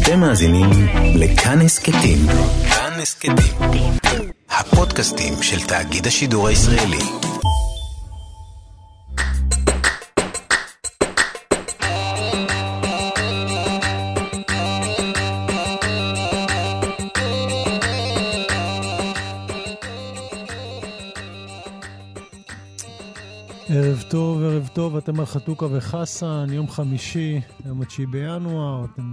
אתם מאזינים לכאן הסקטים. כאן הסקטים, הפודקאסטים של תאגיד השידור הישראלי. ערב טוב, אתם על חתוקה וחסן, יום חמישי, יום 9 בינואר, אתם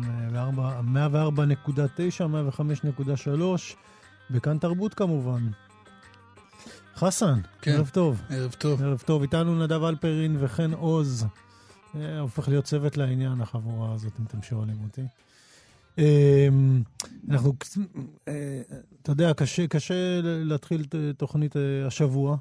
104.9, 105.3, וכאן תרבות כמובן. חסן, כן. ערב טוב. ערב טוב, איתנו נדב אלפרין וכן עוז. הופך להיות צוות לעניין החבורה הזאת, אם אתם שואלים אותי. אנחנו, אתה יודע, קשה להתחיל תוכנית השבוע.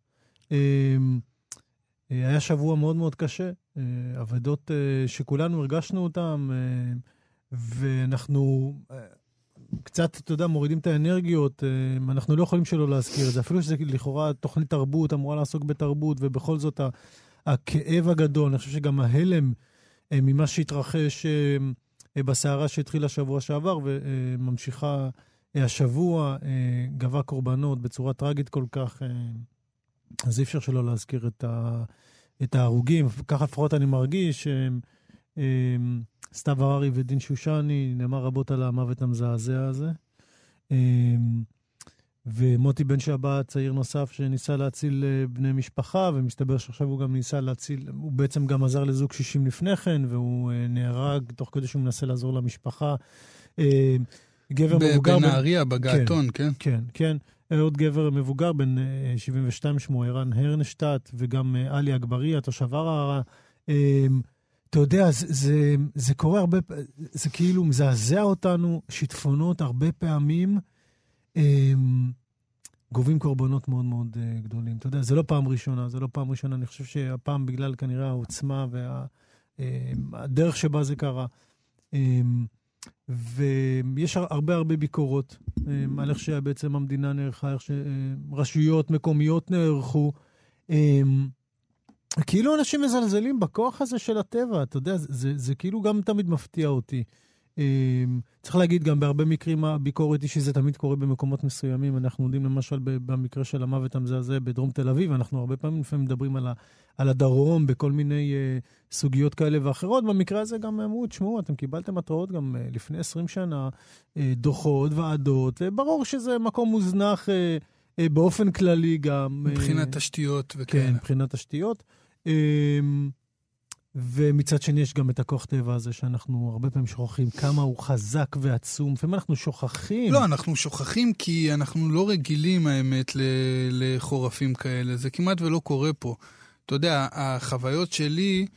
היה שבוע מאוד מאוד קשה, עבודות שכולנו הרגשנו אותם, ואנחנו קצת, אתה יודע, מורידים את האנרגיות, אנחנו לא יכולים שלא להזכיר את זה, אפילו שזה לכאורה תוכנית תרבות, אמורה לעסוק בתרבות, ובכל זאת הכאב הגדול, אני חושב שגם ההלם ממה שהתרחש בסערה שהתחילה שבוע שעבר, וממשיכה השבוע, גבה קורבנות בצורה טרגית כל כך, אז אי אפשר שלא להזכיר את ההרוגים. ככה לפחות אני מרגיש, סתיו הררי ודין שושני, נאמר רבות על המוות המזעזע הזה. ומוטי בן שבת, צעיר נוסף שניסה להציל בני משפחה, ומסתבר שעכשיו הוא גם ניסה להציל, הוא בעצם גם עזר לזוג 60 לפני כן, והוא נהרג תוך כדי שהוא מנסה לעזור למשפחה. גבר מבוגר... בנהריה, בגעתון, כן? כן. עוד גבר מבוגר, בן 72, שמו ערן הרנשטט, וגם אלי אגבריה, תושב ערערה. אתה יודע, זה קורה הרבה, זה כאילו מזעזע אותנו, שיטפונות הרבה פעמים, גובים קורבנות מאוד מאוד גדולים. אתה יודע, זה לא פעם ראשונה, אני חושב שהפעם בגלל כנראה העוצמה והדרך שבה זה קרה. ויש הרבה ביקורות על איך שבעצם המדינה נערכה, איך שרשויות מקומיות נערכו. כאילו אנשים מזלזלים בכוח הזה של הטבע, אתה יודע, זה כאילו גם תמיד מפתיע אותי. צריך להגיד גם בהרבה מקרים הביקורת היא שזה תמיד קורה במקומות מסוימים. אנחנו יודעים למשל במקרה של המוות המזעזע בדרום תל אביב, אנחנו הרבה פעמים לפעמים מדברים על הדרום בכל מיני סוגיות כאלה ואחרות. במקרה הזה גם אמרו, תשמעו, אתם קיבלתם התראות גם לפני 20 שנה, דוחות, ועדות, ברור שזה מקום מוזנח באופן כללי גם. מבחינת תשתיות וכאלה. כן, מבחינת תשתיות. ומצד שני יש גם את הכוח טבע הזה שאנחנו הרבה פעמים שוכחים כמה הוא חזק ועצום. לפעמים אנחנו שוכחים. לא, אנחנו שוכחים כי אנחנו לא רגילים האמת לחורפים כאלה. זה כמעט ולא קורה פה. אתה יודע, החוויות שלי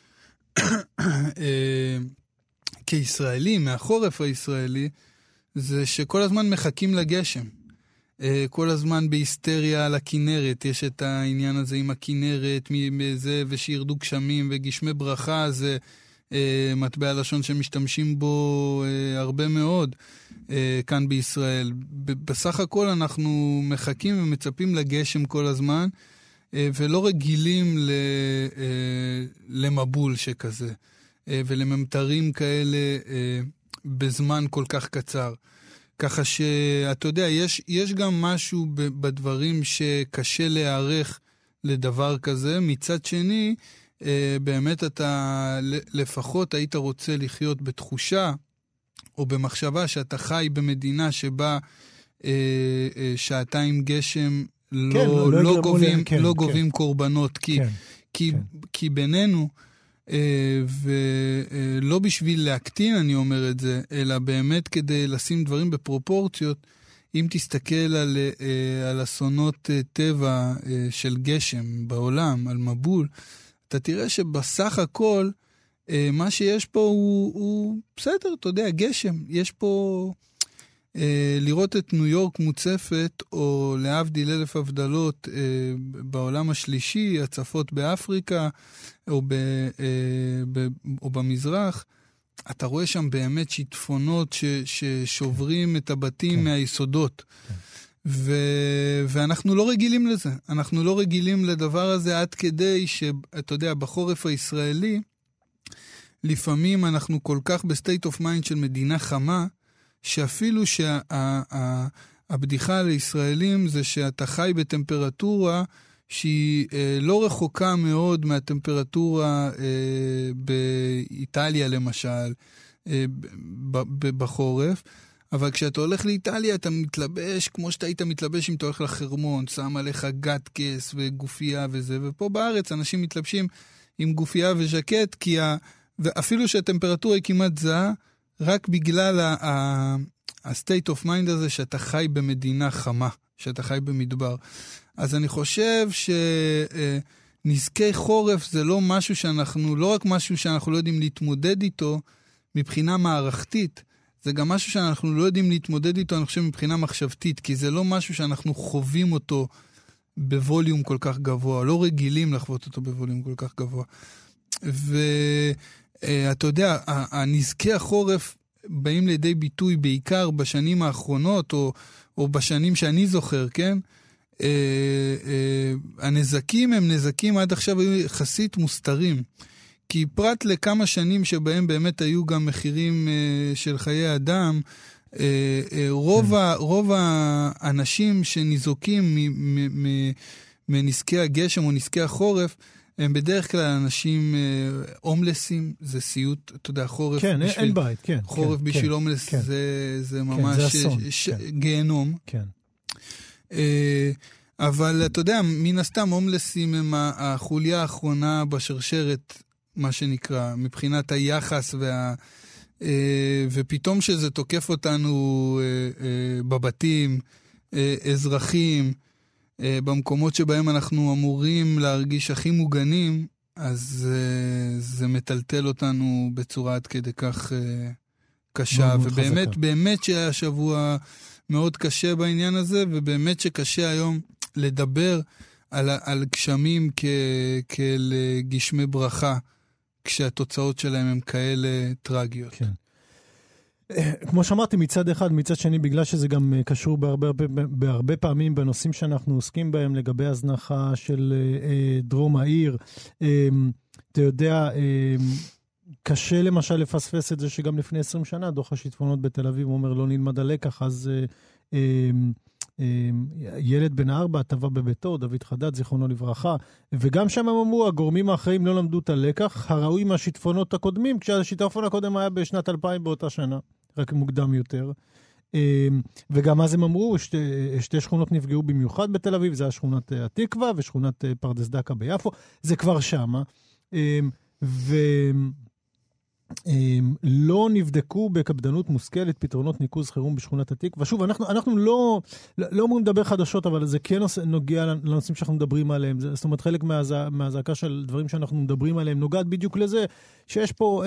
כישראלי, מהחורף הישראלי, זה שכל הזמן מחכים לגשם. כל הזמן בהיסטריה על הכינרת, יש את העניין הזה עם הכינרת, מזה, ושירדו גשמים וגשמי ברכה, זה מטבע לשון שמשתמשים בו הרבה מאוד כאן בישראל. בסך הכל אנחנו מחכים ומצפים לגשם כל הזמן, ולא רגילים למבול שכזה, ולממטרים כאלה בזמן כל כך קצר. ככה שאתה יודע, יש גם משהו בדברים שקשה להיערך לדבר כזה. מצד שני, באמת אתה לפחות היית רוצה לחיות בתחושה או במחשבה שאתה חי במדינה שבה שעתיים גשם לא גובים קורבנות. כי בינינו, ולא בשביל להקטין אני אומר את זה, אלא באמת כדי לשים דברים בפרופורציות. אם תסתכל על אסונות טבע של גשם בעולם, על מבול, אתה תראה שבסך הכל מה שיש פה הוא בסדר, אתה יודע, גשם. יש פה לראות את ניו יורק מוצפת, או להבדיל אלף הבדלות בעולם השלישי, הצפות באפריקה או במזרח, אתה רואה שם באמת שיטפונות ששוברים את הבתים מהיסודות. ואנחנו לא רגילים לזה. אנחנו לא רגילים לדבר הזה עד כדי שאתה יודע, בחורף הישראלי, לפעמים אנחנו כל כך בסטייט אוף מיינד של מדינה חמה, שאפילו הבדיחה לישראלים זה שאתה חי בטמפרטורה שהיא לא רחוקה מאוד מהטמפרטורה באיטליה למשל, בחורף, אבל כשאתה הולך לאיטליה אתה מתלבש כמו שאתה היית מתלבש אם אתה הולך לחרמון, שם עליך גטקס וגופייה וזה, ופה בארץ אנשים מתלבשים עם גופייה וז'קט, ואפילו שהטמפרטורה היא כמעט זהה, רק בגלל ה-state of mind הזה שאתה חי במדינה חמה, שאתה חי במדבר. אז אני חושב שנזקי חורף זה לא משהו לא רק משהו שאנחנו לא יודעים להתמודד איתו מבחינה מערכתית, זה גם משהו שאנחנו לא יודעים להתמודד איתו, אני חושב, מבחינה מחשבתית, כי זה לא משהו שאנחנו חווים אותו בווליום כל כך גבוה, לא רגילים לחוות אותו בווליום כל כך גבוה. ואתה יודע, הנזקי החורף באים לידי ביטוי בעיקר בשנים האחרונות, או בשנים שאני זוכר, כן? הנזקים הם נזקים עד עכשיו היו יחסית מוסתרים. כי פרט לכמה שנים שבהם באמת היו גם מחירים של חיי אדם, רוב האנשים שניזוקים מנזקי הגשם או נזקי החורף, הם בדרך כלל אנשים הומלסים, זה סיוט, אתה יודע, חורף כן, בשביל... אין בית, כן. חורף בשביל הומלס זה ממש גיהנום. כן. אבל אתה יודע, מן הסתם הומלסים הם החוליה האחרונה בשרשרת, מה שנקרא, מבחינת היחס ופתאום שזה תוקף אותנו בבתים, אזרחים, במקומות שבהם אנחנו אמורים להרגיש הכי מוגנים, אז זה מטלטל אותנו בצורה עד כדי כך קשה, ובאמת באמת שהיה שבוע מאוד קשה בעניין הזה, ובאמת שקשה היום לדבר על גשמים כאל גשמי ברכה, כשהתוצאות שלהם הם כאלה טרגיות. כן. כמו שאמרתי, מצד אחד, מצד שני, בגלל שזה גם קשור בהרבה פעמים בנושאים שאנחנו עוסקים בהם, לגבי הזנחה של דרום העיר. אתה יודע, קשה למשל לפספס את זה שגם לפני 20 שנה, דוח השיטפונות בתל אביב אומר לא נלמד הלקח, אז ילד בן 4 טבע בביתו, דוד חדד, זיכרונו לברכה, וגם שם הם אמרו, הגורמים האחרים לא למדו את הלקח, הראוי מהשיטפונות הקודמים, כשהשיטפון הקודם היה בשנת 2000 באותה שנה, רק מוקדם יותר. וגם אז הם אמרו, שתי שכונות נפגעו במיוחד בתל אביב, זה היה שכונת התקווה ושכונת פרדס דקה ביפו, זה כבר שמה. לא נבדקו בקפדנות מושכלת פתרונות ניקוז חירום בשכונת התקווה. שוב, אנחנו לא אומרים לדבר חדשות, אבל זה כן נוגע לנושאים שאנחנו מדברים עליהם. זאת אומרת, חלק מהזעקה של דברים שאנחנו מדברים עליהם נוגעת בדיוק לזה, שיש פה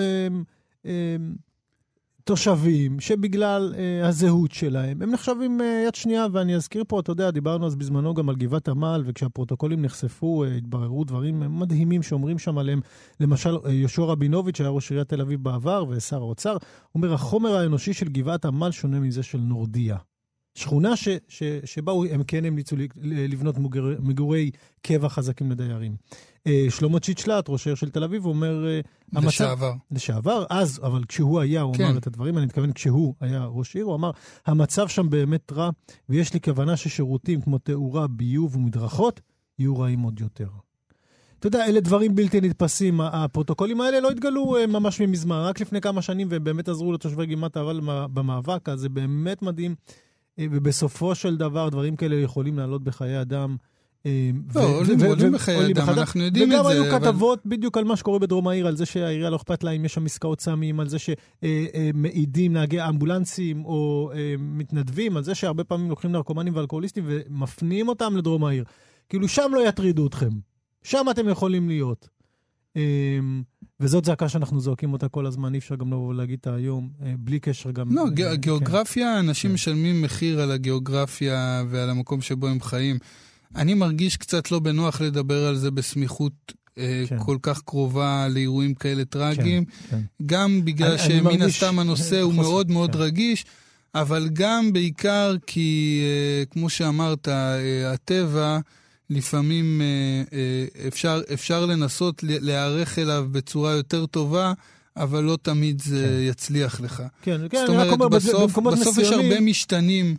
תושבים שבגלל הזהות שלהם, הם נחשבים יד שנייה, ואני אזכיר פה, אתה יודע, דיברנו אז בזמנו גם על גבעת עמל, וכשהפרוטוקולים נחשפו, התבררו דברים מדהימים שאומרים שם עליהם, למשל, יהושע רבינוביץ' היה ראש עיריית תל אביב בעבר, ושר האוצר, אומר, החומר האנושי של גבעת עמל שונה מזה של נורדיה. שכונה שבה הם כן המליצו לבנות מגורי קבע חזקים לדיירים. שלמה צ'יצ'לט, ראש העיר של תל אביב, הוא אומר... לשעבר, אז, אבל כשהוא היה, הוא אמר את הדברים, אני מתכוון כשהוא היה ראש עיר, הוא אמר, המצב שם באמת רע, ויש לי כוונה ששירותים כמו תאורה, ביוב ומדרכות, יהיו רעים עוד יותר. אתה יודע, אלה דברים בלתי נתפסים, הפרוטוקולים האלה לא התגלו ממש ממזמן, רק לפני כמה שנים, והם באמת עזרו לתושבי גבעת עמל במאבק, אז זה באמת מדהים, ובסופו של דבר, דברים כאלה יכולים לעלות בחיי אדם, עולים בחיי אדם, אנחנו יודעים את זה. וגם היו כתבות בדיוק על מה שקורה בדרום העיר, על זה שהעירייה לא אכפת לה אם יש שם עסקאות סמים, על זה שמעידים נהגי אמבולנסים או מתנדבים, על זה שהרבה פעמים לוקחים נרקומנים ואלכוהוליסטים ומפנים אותם לדרום העיר. כאילו שם לא יטרידו אתכם, שם אתם יכולים להיות. וזאת זעקה שאנחנו זועקים אותה כל הזמן, אי אפשר גם לא להגיד אותה היום, בלי קשר גם... לא, גיאוגרפיה, אנשים משלמים מחיר על הגיאוגרפיה ועל המקום שבו הם חיים. אני מרגיש קצת לא בנוח לדבר על זה בסמיכות כל כך קרובה לאירועים כאלה טרגיים, גם בגלל שמן הסתם הנושא הוא מאוד מאוד רגיש, אבל גם בעיקר כי, כמו שאמרת, הטבע, לפעמים אפשר לנסות להיערך אליו בצורה יותר טובה, אבל לא תמיד זה יצליח לך. כן, זאת אומרת, בסוף יש הרבה משתנים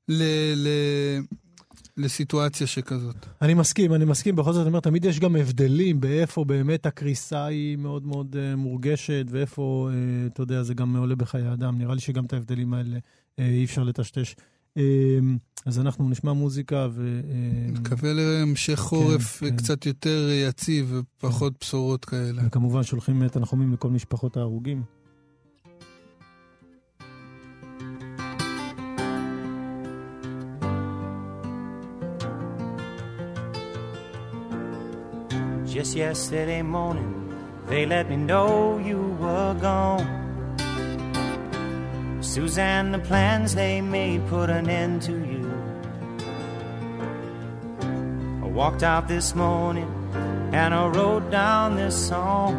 לסיטואציה שכזאת. אני מסכים, בכל זאת, אומר, תמיד יש גם הבדלים באיפה באמת הקריסה היא מאוד מאוד מורגשת, ואיפה, אתה יודע, זה גם עולה בחיי אדם. נראה לי שגם את ההבדלים האלה אי אפשר לטשטש. אז אנחנו נשמע מוזיקה מקווה להמשך חורף קצת יותר יציב ופחות בשורות כאלה. וכמובן שולחים את הנחומים לכל משפחות ההרוגים. Just yesterday morning, they let me know you were gone. Suzanne, the plans they made put an end to you. I walked out this morning and I wrote down this song.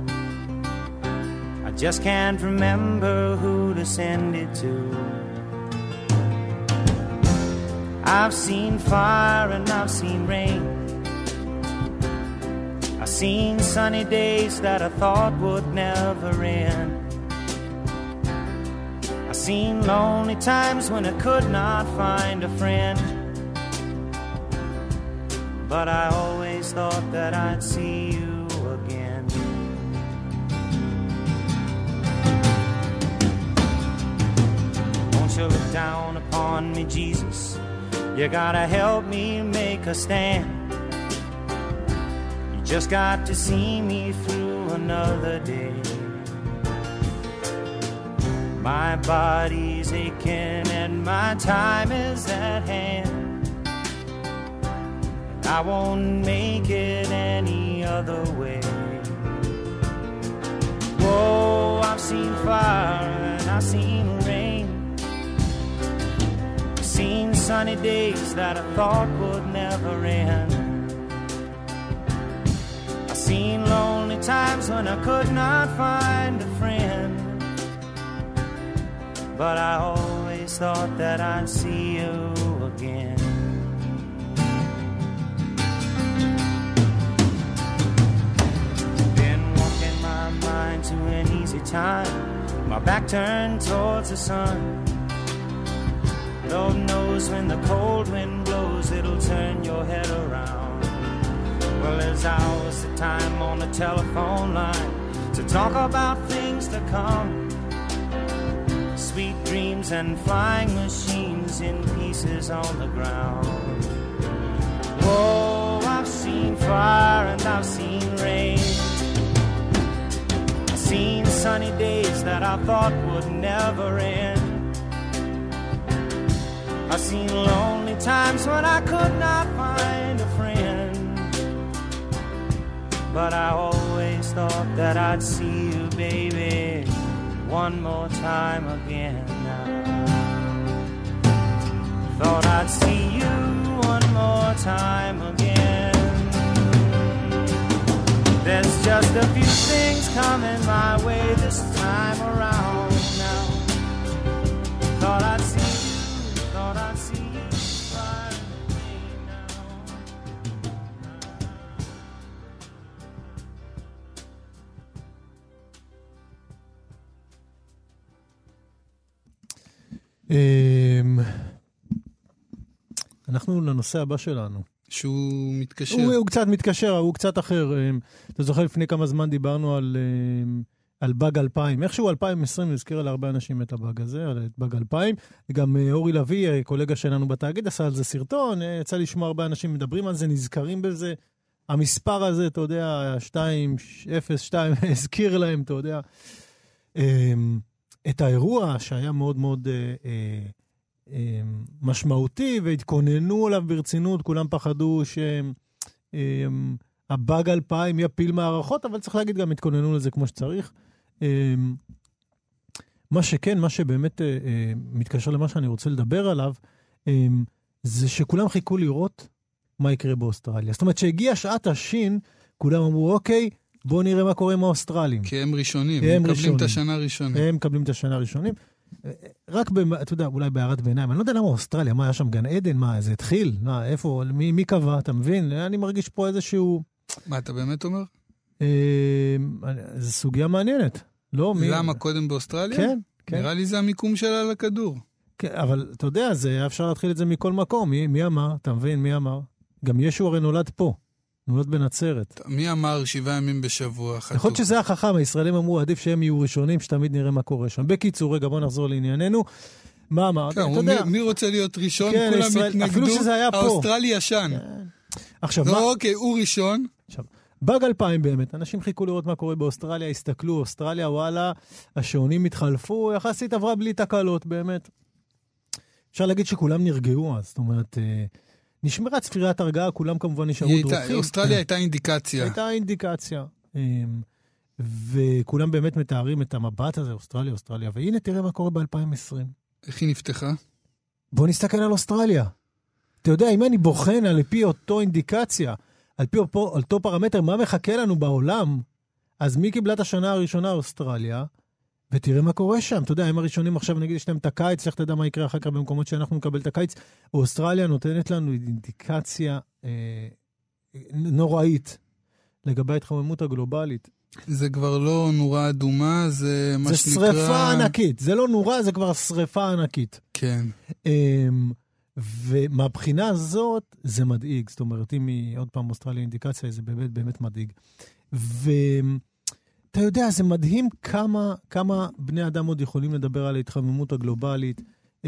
I just can't remember who to send it to. I've seen fire and I've seen rain. I've seen sunny days that I thought would never end. I've seen lonely times when I could not find a friend. But I always thought that I'd see you again. Won't you look down upon me, Jesus? You gotta help me make a stand. Just got to see me through another day. My body's aching and my time is at hand. I won't make it any other way. Whoa, I've seen fire and I've seen rain. I've seen sunny days that I thought would never end. Seen lonely times when I could not find a friend. But I always thought that I'd see you again. Been walking my mind to an easy time, my back turned towards the sun. Lord knows when the cold wind blows, it'll turn your head around. Well, there's hours of time on the telephone line to talk about things to come. Sweet dreams and flying machines in pieces on the ground. Whoa, I've seen fire and I've seen rain. I've seen sunny days that I thought would never end. I've seen lonely times when I could not find a friend. But I always thought that I'd see you, baby, one more time again now. Thought I'd see you one more time again. There's just a few things coming my way this time around now. Thought I'd see you, thought I'd see you right now. אנחנו לנושא הבא שלנו. שהוא מתקשר. הוא קצת מתקשר, הוא קצת אחר. אתה זוכר, לפני כמה זמן דיברנו על באג 2000. איכשהו 2020 נזכיר להרבה אנשים את הבאג הזה, על באג 2000. גם אורי לוי, קולגה שלנו בתאגיד, עשה על זה סרטון. יצא לשמוע הרבה אנשים מדברים על זה, נזכרים בזה. המספר הזה, אתה יודע, 202, הזכיר להם, אתה יודע. את האירוע שהיה מאוד מאוד משמעותי, והתכוננו עליו ברצינות, כולם פחדו שהבאג 2000 יפיל מערכות, אבל צריך להגיד גם התכוננו לזה כמו שצריך. מה שכן, מה שבאמת מתקשר למה שאני רוצה לדבר עליו, זה שכולם חיכו לראות מה יקרה באוסטרליה. זאת אומרת שהגיעה שעת השין, כולם אמרו, אוקיי, בואו נראה מה קורה עם האוסטרלים. כי הם ראשונים, הם מקבלים את השנה הראשונים. הם מקבלים את השנה הראשונים. רק, אתה יודע, אולי בהערת ביניים, אני לא יודע למה אוסטרליה, מה היה שם גן עדן, מה, זה התחיל? איפה, מי קבע, אתה מבין? אני מרגיש פה איזשהו... מה אתה באמת אומר? זו סוגיה מעניינת. לא, למה קודם באוסטרליה? כן, כן. נראה לי זה המיקום שלה על הכדור. כן, אבל אתה יודע, אפשר להתחיל את זה מכל מקום. מי אמר? אתה מבין? מי אמר? גם ישו הרי נולד פה. נולד בנצרת. מי אמר 7 ימים בשבוע? יכול להיות שזה החכם, הישראלים אמרו, עדיף שהם יהיו ראשונים, שתמיד נראה מה קורה שם. בקיצור, רגע, בוא נחזור לענייננו. מה אמר? כן, מי רוצה להיות ראשון? כן, כולם התנגדו. אפילו שזה היה פה. האוסטרלי ישן. עכשיו, לא, אוקיי, הוא ראשון. עכשיו, באג 2000 באמת, אנשים חיכו לראות מה קורה באוסטרליה, הסתכלו, אוסטרליה, וואלה, השעונים התחלפו, יחסית עברה בלי תקלות, באמת. אפשר להגיד שכולם נרגעו אז, זאת אומרת, נשמרה צפירת הרגעה, כולם כמובן נשארו דרוכים. אוסטרליה הייתה אינדיקציה. הייתה אינדיקציה. וכולם באמת מתארים את המבט הזה, אוסטרליה, והנה תראה מה קורה ב-2020. איך היא נפתחה? בוא נסתכל על אוסטרליה. אתה יודע, אם אני בוחן על פי אותו אינדיקציה, על פי אותו פרמטר, מה מחכה לנו בעולם, אז מי קיבלה את השנה הראשונה אוסטרליה, ותראה מה קורה שם. אתה יודע, הם הראשונים עכשיו, נגיד, יש להם את הקיץ, לך תדע מה יקרה אחר כך במקומות שאנחנו נקבל את הקיץ. אוסטרליה נותנת לנו אינדיקציה נוראית לגבי ההתחממות הגלובלית. זה כבר לא נורה אדומה, זה מה זה שנקרא... זה שריפה ענקית. זה לא נורה, זה כבר שריפה ענקית. כן. ומהבחינה הזאת, זה מדאיג. זאת אומרת, אם היא עוד פעם אוסטרליה אינדיקציה, זה באמת באמת מדאיג. אתה יודע, זה מדהים כמה בני אדם עוד יכולים לדבר על ההתחממות הגלובלית,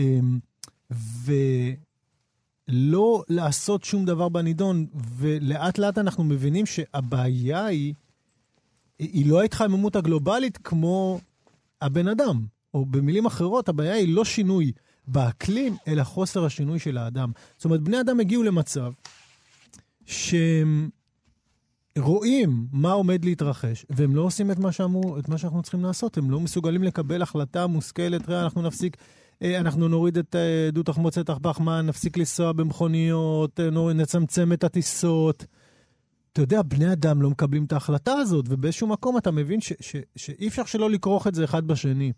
ולא לעשות שום דבר בנידון, ולאט לאט אנחנו מבינים שהבעיה היא לא ההתחממות הגלובלית כמו הבן אדם, או במילים אחרות, הבעיה היא לא שינוי באקלים, אלא חוסר השינוי של האדם. זאת אומרת, בני אדם הגיעו למצב שהם רואים מה עומד להתרחש, והם לא עושים את מה שאנחנו צריכים לעשות. הם לא מסוגלים לקבל החלטה מושכלת, אנחנו נפסיק, אנחנו נוריד את דו-תחמוצת פחמן, נפסיק לנסוע במכוניות, נצמצם את הטיסות. אתה יודע, בני אדם לא מקבלים את ההחלטה הזאת, ובאיזשהו מקום אתה מבין שאי אפשר שלא לקרוח את זה אחד בשני.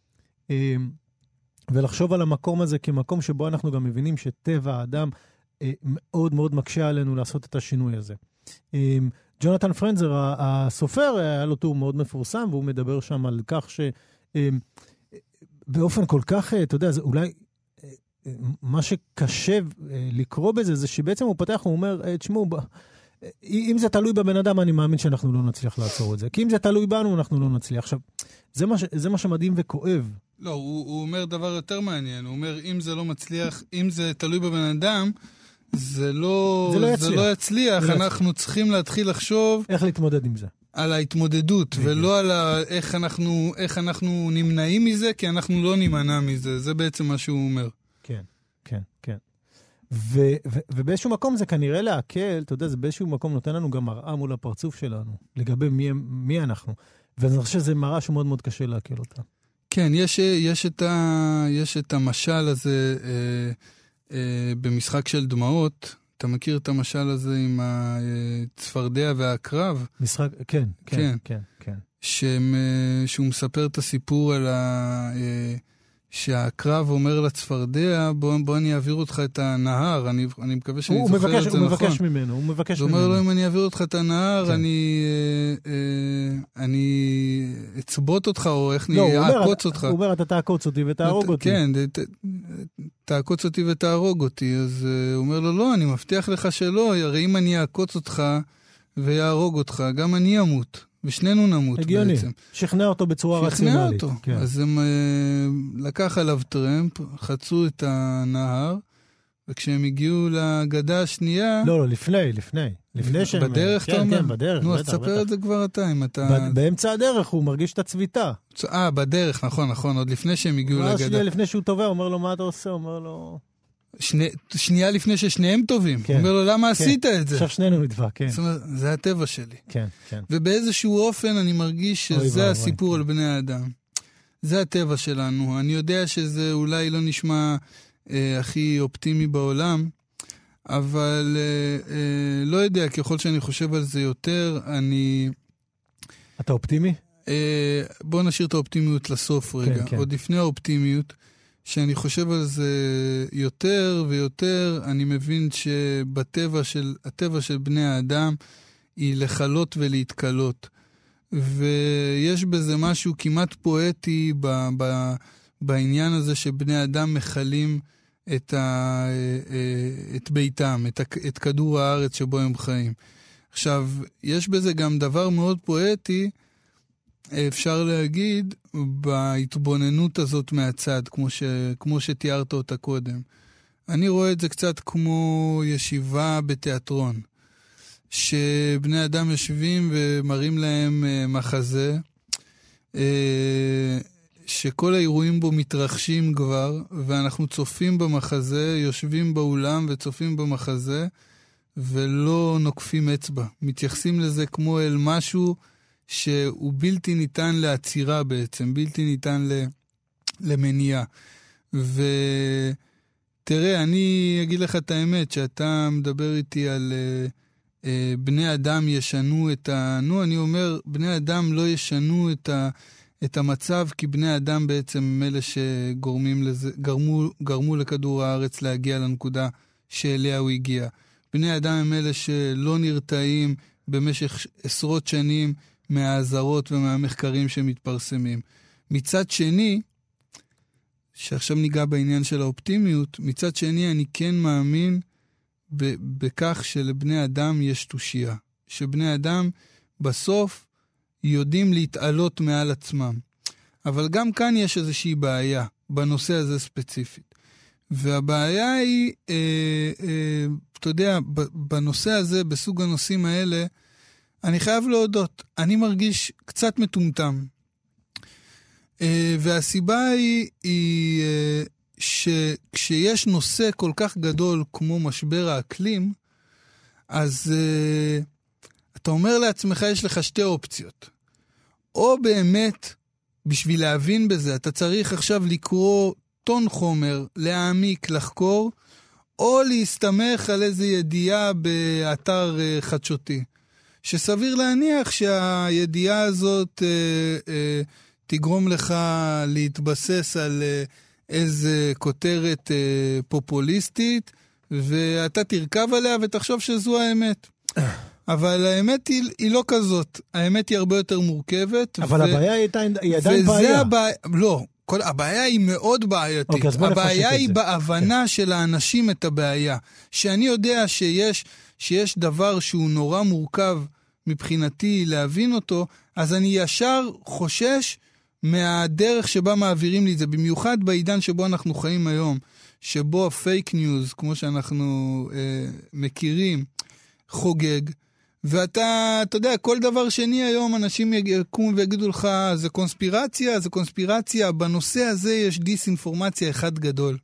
ולחשוב על המקום הזה כמקום שבו אנחנו גם מבינים שטבע האדם מאוד מאוד מקשה עלינו לעשות את השינוי הזה. ג'ונתן פרנזר, הסופר, היה לו טור מאוד מפורסם, והוא מדבר שם על כך שבאופן כל כך, אתה יודע, זה אולי מה שקשה לקרוא בזה, זה שבעצם הוא פתח, הוא אומר, תשמעו, אם זה תלוי בבן אדם, אני מאמין שאנחנו לא נצליח לעצור את זה. כי אם זה תלוי בנו, אנחנו לא נצליח. עכשיו, זה מה שמדהים וכואב. לא, הוא אומר דבר יותר מעניין. הוא אומר, אם זה לא מצליח, אם זה תלוי בבן אדם, זה לא יצליח. אנחנו צריכים להתחיל לחשוב... איך להתמודד עם זה? על ההתמודדות, ולא על איך אנחנו נמנעים מזה, כי אנחנו לא נימנע מזה. זה בעצם מה שהוא אומר. כן, כן, כן. ובאיזשהו מקום זה כנראה להקל, אתה יודע, זה באיזשהו מקום נותן לנו גם מראה מול הפרצוף שלנו, לגבי מי אנחנו. ואני חושב שזה מראה שמאוד מאוד קשה להקל אותה. כן, יש את המשל הזה במשחק של דמעות. אתה מכיר את המשל הזה עם הצפרדע והעקרב? משחק, כן, כן, כן, כן. שהוא מספר את הסיפור על שהעקרב אומר לצפרדע, בוא אני אעביר אותך את הנהר, אני מקווה שאני זוכר את זה נכון. הוא מבקש ממנו, הוא מבקש ממנו. הוא אומר לו, אם אני אעביר אותך את הנהר, אני אצבות אותך, או איך אני אעקוץ אותך. הוא אומר, אתה תעקוץ אותי ותהרוג אותי. כן, תעקוץ אותי ותהרוג אותי. אז הוא אומר לו, לא, אני מבטיח לך שלא, הרי אם אני אעקוץ אותך ויהרוג אותך, גם אני אמות. ושנינו נמות הגיוני. בעצם. שכנע אותו בצורה רציונלית. שכנע אותו. כן. אז הם לקח עליו טרמפ, חצו את הנהר, וכשהם הגיעו לגדה השנייה... לא, לפני שהם... בדרך, אתה אומר? כן, בדרך. נו, אז תספר את זה כבר אתה, אם אתה... באמצע הדרך הוא מרגיש את הצביטה. בדרך, נכון, עוד לפני שהם הגיעו לגדה. לפני שהוא טובע, הוא אומר לו, מה אתה עושה? הוא אומר לו... שנייה לפני ששניהם טובים. הוא אומר לו, למה עשית את זה? עכשיו שנינו נדבק, כן. זאת אומרת, זה הטבע שלי. כן, כן. ובאיזשהו אופן אני מרגיש שזה הסיפור על בני האדם. זה הטבע שלנו. אני יודע שזה אולי לא נשמע הכי אופטימי בעולם, אבל לא יודע, ככל שאני חושב על זה יותר, אתה אופטימי? בוא נשאיר את האופטימיות לסוף רגע. כן. עוד לפני האופטימיות, שאני חושב על זה יותר ויותר, אני מבין שהטבע של בני האדם היא לחלות ולהתקלות. ויש בזה משהו כמעט פואטי בעניין הזה שבני אדם מחלים את ביתם, את כדור הארץ שבו הם חיים. עכשיו, יש בזה גם דבר מאוד פואטי, אפשר להגיד, בהתבוננות הזאת מהצד, כמו שתיארת אותה קודם. אני רואה את זה קצת כמו ישיבה בתיאטרון, שבני אדם יושבים ומראים להם מחזה, שכל האירועים בו מתרחשים כבר, ואנחנו צופים במחזה, יושבים באולם וצופים במחזה, ולא נוקפים אצבע. מתייחסים לזה כמו אל משהו שהוא בלתי ניתן לעצירה בעצם, בלתי ניתן למניעה. ותראה, אני אגיד לך את האמת, שאתה מדבר איתי על בני אדם ישנו אני אומר, בני אדם לא ישנו את המצב, כי בני אדם בעצם הם אלה גרמו לכדור הארץ להגיע לנקודה שאליה הוא הגיע. בני אדם הם אלה שלא נרתעים במשך עשרות שנים מהעזרות ומהמחקרים שמתפרסמים. מצד שני, שעכשיו ניגע בעניין של האופטימיות, מצד שני אני כן מאמין בכך שלבני אדם יש תושייה. שבני אדם בסוף יודעים להתעלות מעל עצמם. אבל גם כאן יש איזושהי בעיה בנושא הזה ספציפית. והבעיה היא, אתה יודע, בנושא הזה, בסוג הנושאים האלה, אני חייב להודות, אני מרגיש קצת מטומטם. והסיבה היא שכשיש נושא כל כך גדול כמו משבר האקלים, אז אתה אומר לעצמך, יש לך שתי אופציות. או באמת, בשביל להבין בזה, אתה צריך עכשיו לקרוא טון חומר, להעמיק, לחקור, או להסתמך על איזו ידיעה באתר חדשותי. שסביר להניח שהידיעה הזאת תגרום לך להתבסס על איזה כותרת פופוליסטית, ואתה תרכב עליה ותחשוב שזו האמת. אבל האמת היא לא כזאת. האמת היא הרבה יותר מורכבת. אבל הבעיה היא עדיין בעיה. לא, הבעיה היא מאוד בעייתית. הבעיה היא בהבנה של האנשים את הבעיה. שאני יודע שיש דבר שהוא נורא מורכב מבחינתי להבין אותו, אז אני ישר חושש מהדרך שבה מעבירים לי את זה, במיוחד בעידן שבו אנחנו חיים היום, שבו הפייק ניוז, כמו שאנחנו מכירים, חוגג, ואתה יודע, כל דבר שני היום אנשים יקומו ויגידו לך, זה קונספירציה, בנושא הזה יש דיסאינפורמציה אחד גדול.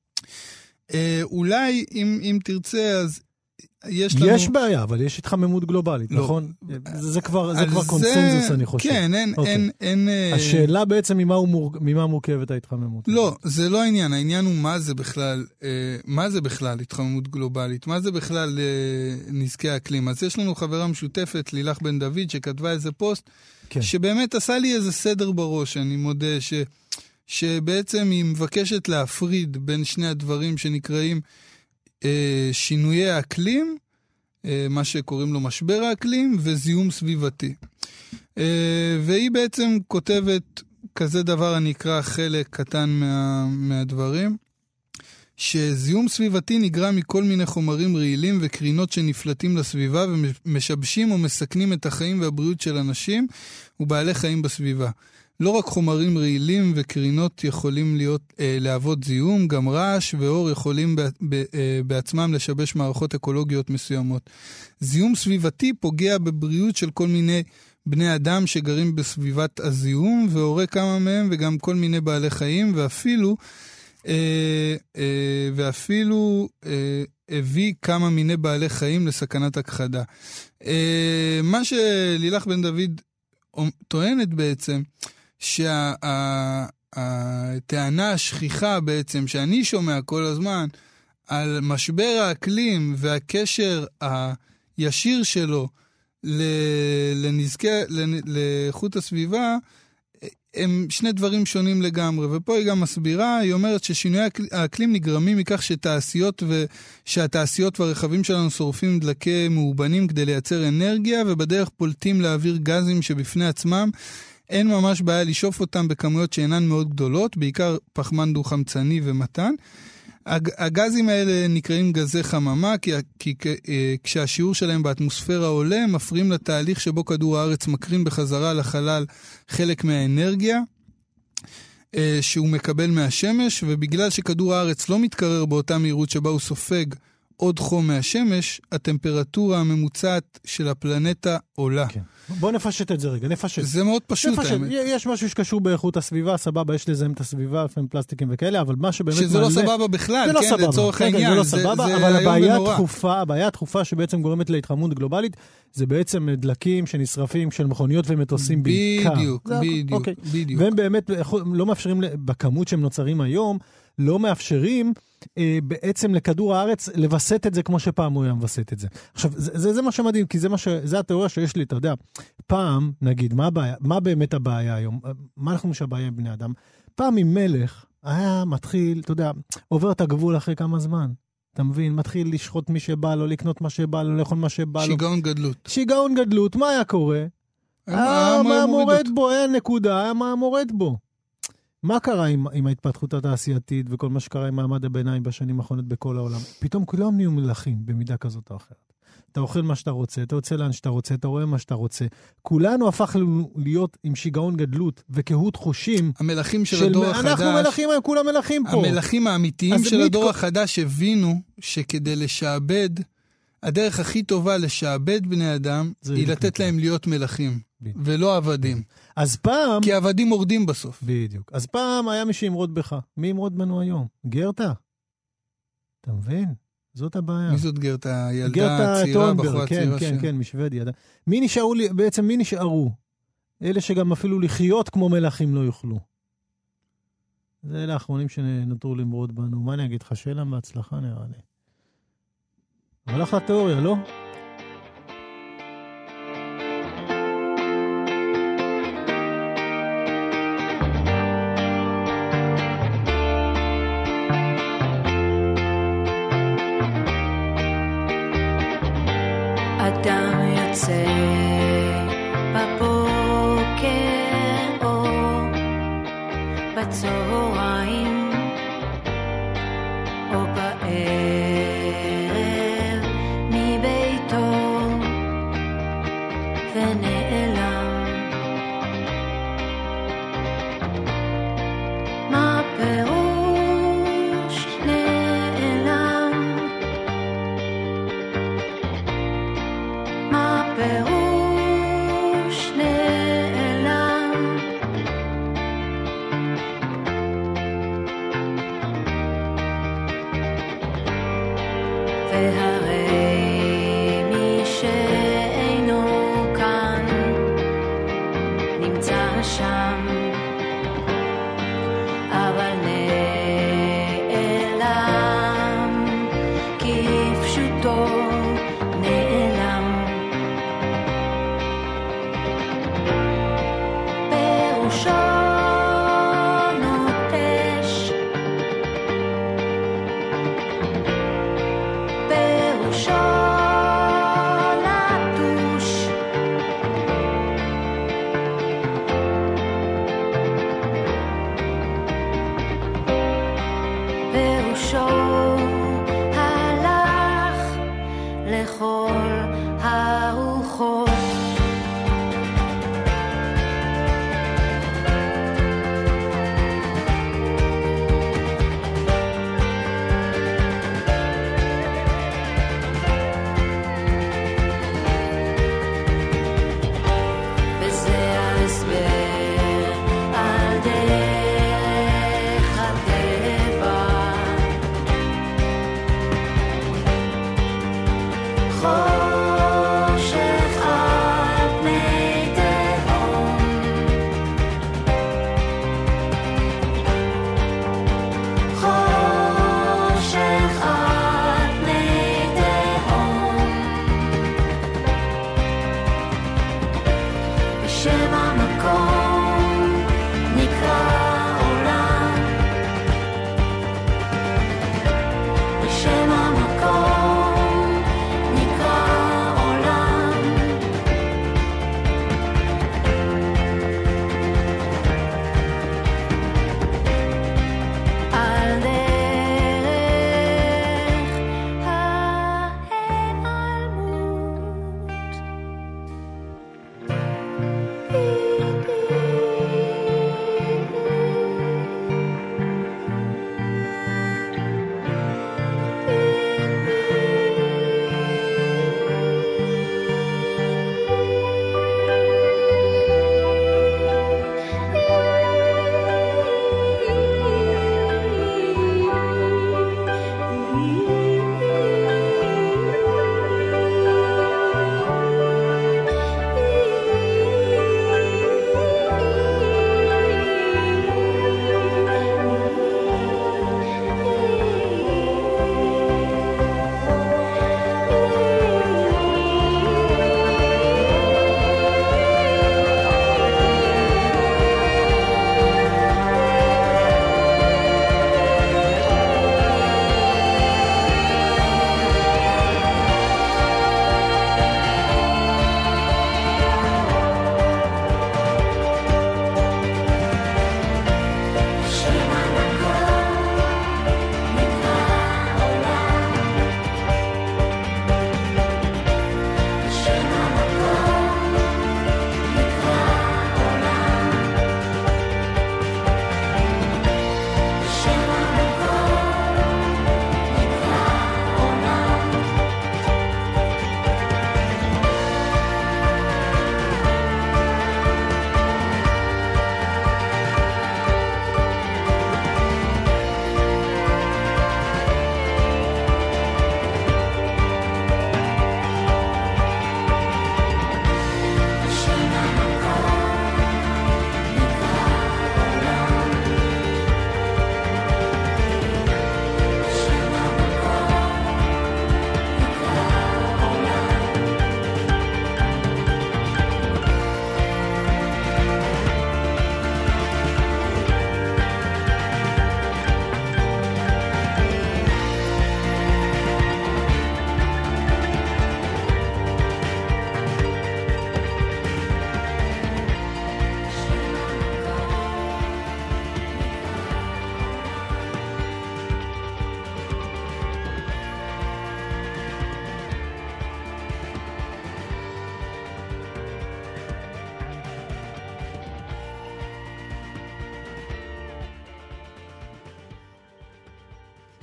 אולי אם תרצה, אז יש לנו... יש בעיה, אבל יש התחממות גלובלית, לא. נכון? זה כבר קונסנזוס, אני חושב. כן, אין... השאלה בעצם ממה מורכבת ההתחממות. לא, זה לא העניין. העניין הוא מה זה בכלל התחממות גלובלית? מה זה בכלל נזקי האקלים? אז יש לנו חברה משותפת, לילך בן דוד, שכתבה איזה פוסט, כן. שבאמת עשה לי איזה סדר בראש, אני מודה, שבעצם היא מבקשת להפריד בין שני הדברים שנקראים שינויי האקלים, מה שקוראים לו משבר האקלים, וזיהום סביבתי. והיא בעצם כותבת כזה דבר, אני אקרא חלק קטן מהדברים, שזיהום סביבתי נגרם מכל מיני חומרים רעילים וקרינות שנפלטים לסביבה ומשבשים או מסכנים את החיים והבריאות של אנשים ובעלי חיים בסביבה. לא רק חומרים רעילים וקרינות יכולים להוות זיהום, גם רעש ואור יכולים בעצמם לשבש מערכות אקולוגיות מסוימות. זיהום סביבתי פוגע בבריאות של כל מיני בני אדם שגרים בסביבת הזיהום, והורג כמה מהם וגם כל מיני בעלי חיים, ואפילו הביא כמה מיני בעלי חיים לסכנת הכחדה. מה שלילך בן דוד טוענת בעצם, שהטענה השכיחה בעצם, שאני שומע כל הזמן, על משבר האקלים והקשר הישיר שלו לאיכות הסביבה, הם שני דברים שונים לגמרי, ופה היא גם מסבירה, היא אומרת ששינוי האקלים נגרמים מכך שהתעשיות והרכבים שלנו שורפים דלקי מאובנים כדי לייצר אנרגיה, ובדרך פולטים להעביר גזים שבפני עצמם אין ממש בעיה לשאוף אותם בכמויות שאינן מאוד גדולות, בעיקר פחמן דו-חמצני ומתן. הגזים האלה נקראים גזי חממה, כי כשהשיעור שלהם באטמוספירה עולה, הם מפריעים לתהליך שבו כדור הארץ מקרין בחזרה לחלל חלק מהאנרגיה שהוא מקבל מהשמש, ובגלל שכדור הארץ לא מתקרר באותה מהירות שבה הוא סופג עוד חום מהשמש, הטמפרטורה הממוצעת של הפלנטה עולה. כן. בוא נפשט את זה רגע, נפשט. זה מאוד פשוט, האמת. יש משהו שקשור באיכות הסביבה, סבבה, יש לזהם את הסביבה, לפעמים פלסטיקים וכאלה, אבל מה שבאמת שזה לא סבבה בכלל, כן, לצורך העניין. זה לא סבבה, אבל הבעיה הדחופה שבעצם גורמת להתחממות גלובלית, זה בעצם דלקים שנשרפים של מכוניות ומטוסים בעיקר. בדיוק. והם באמת לא מאפשרים, בכמות שהם נוצרים היום, לא מאפשרים בעצם לכדור הארץ לבסט את זה כמו שפעם הוא היה מבסט את זה. עכשיו, זה מה שמדהים, כי זה התיאוריה שיש לי, אתה יודע, פעם, נגיד, מה באמת הבעיה היום? מה אנחנו שהבעיה עם בני אדם? פעם עם מלך היה מתחיל, אתה יודע, עובר את הגבול אחרי כמה זמן. אתה מבין? מתחיל לשחוט מי שבא לו, לקנות מה שבא לו, לאכול מה שבא לו. שיגעון גדלות. מה היה קורה? מה מורד בו? היה נקודה, היה מה מורד בו. מה קרה עם ההתפתחות התעשייתית וכל מה שקרה עם מעמד הביניים בשנים האחרונות בכל העולם? פתאום כולם נהיו מלכים במידה כזאת או אחרת. אתה אוכל מה שאתה רוצה, אתה יוצא לאן שאתה רוצה, אתה רואה מה שאתה רוצה. כולנו הפכנו להיות עם שיגעון גדלות וקהות חושים. המלכים של הדור החדש. אנחנו מלכים, כולם מלכים פה. המלכים האמיתיים של הדור החדש הבינו שכדי לשעבד, הדרך הכי טובה לשעבד בני אדם היא לתת להם להיות מלכים. ולא עבדים. אז פעם... כי עבדים מורדים בסוף. בדיוק. אז פעם היה מי שימרוד בך. מי ימרוד בנו היום? גרטה. אתה מבין? זאת הבעיה. מי זאת גרטה? ילדה צעירה, בחורה צעירה. כן, משוודיה. מי נשארו, בעצם מי נשארו? אלה שגם אפילו לחיות כמו מלכים לא יוכלו. זה אלה האחרונים שנותרו למרוד בנו. מה אני אגיד לך? שאלה מהצלחה נראה לי. אבל אחלה תיאוריה, לא? אדם יוצא בבוקר או בצהריים או בערב מביתו ונעלם. מה פירוש נעלם? מה פירוש נעלם? והרי מי שאינו כאן נמצא שם, אבל נעלם כפשוטו נעלם. פירושו נוטש, פירושו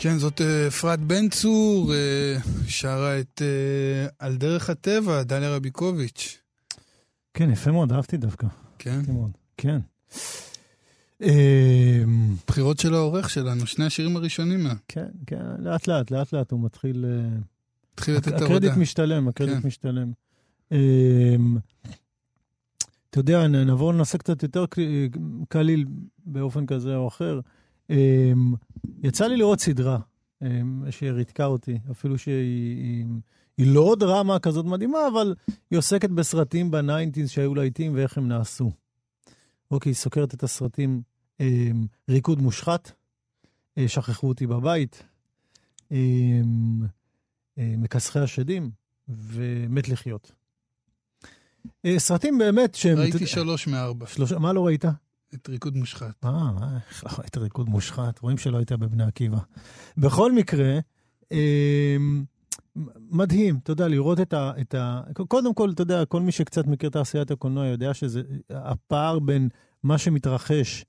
כן, זאת אפרת בן צור, שרה את על דרך הטבע, דליה רביקוביץ'. כן, יפה מאוד, אהבתי דווקא. כן. כן. בחירות של העורך שלנו, שני השירים הראשונים. כן, לאט לאט הוא מתחיל... התחיל לתת עבודה. הקרדיט משתלם. אתה יודע, נעבור לנושא קצת יותר קליל באופן כזה או אחר. יצא לי לראות סדרה שהריתקה אותי, אפילו שהיא לא דרמה כזאת מדהימה, אבל היא עוסקת בסרטים ב-90s שהיו לעיתים ואיך הם נעשו. אוקיי, היא סוקרת את הסרטים ריקוד מושחת, שכחו אותי בבית, מכסחי השדים ומת לחיות. סרטים באמת שהם... ראיתי 3 מ-4. מה לא ראית? את ריקוד מושחת. איך לא ראית ריקוד מושחת? רואים שלא היית בבני עקיבא. בכל מקרה, מדהים, אתה יודע, לראות את ה... קודם כל, אתה יודע, כל מי שקצת מכיר את תעשיית הקולנוע יודע שזה הפער בין מה שמתרחש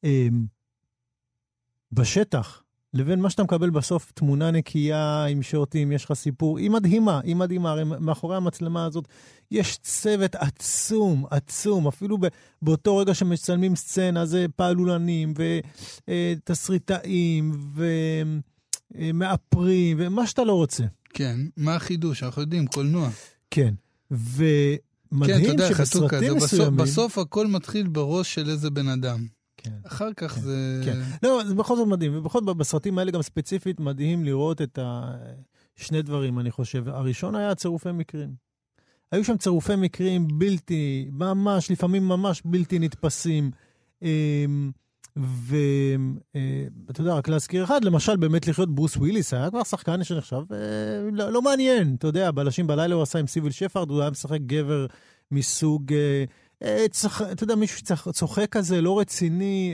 בשטח, לבין מה שאתה מקבל בסוף, תמונה נקייה עם שוטים, יש לך סיפור, היא מדהימה. הרי מאחורי המצלמה הזאת יש צוות עצום, אפילו באותו רגע שמצלמים סצנה, זה פעלולנים ותסריטאים ומאפרים ומה שאתה לא רוצה. כן, מה החידוש? אנחנו יודעים, קולנוע. כן, ומדהים שבסרטים מסוימים... בסוף הכל מתחיל בראש של איזה בן אדם. כן. אחר כך זה... כן. לא, זה בכל זאת מדהים, ובכל זאת בסרטים האלה גם ספציפית מדהים לראות את שני דברים, אני חושב. הראשון היה צירופי מקרים. היו שם צירופי מקרים לפעמים ממש בלתי נתפסים, ואתה יודע, רק להזכיר אחד, למשל באמת לחיות ברוס וויליס, היה כבר שחקן שנחשב לא מעניין, אתה יודע, בלשים בלילה הוא עשה עם סיביל שפרד, הוא היה משחק גבר מסוג... אתה יודע, מישהו צוחק כזה, לא רציני,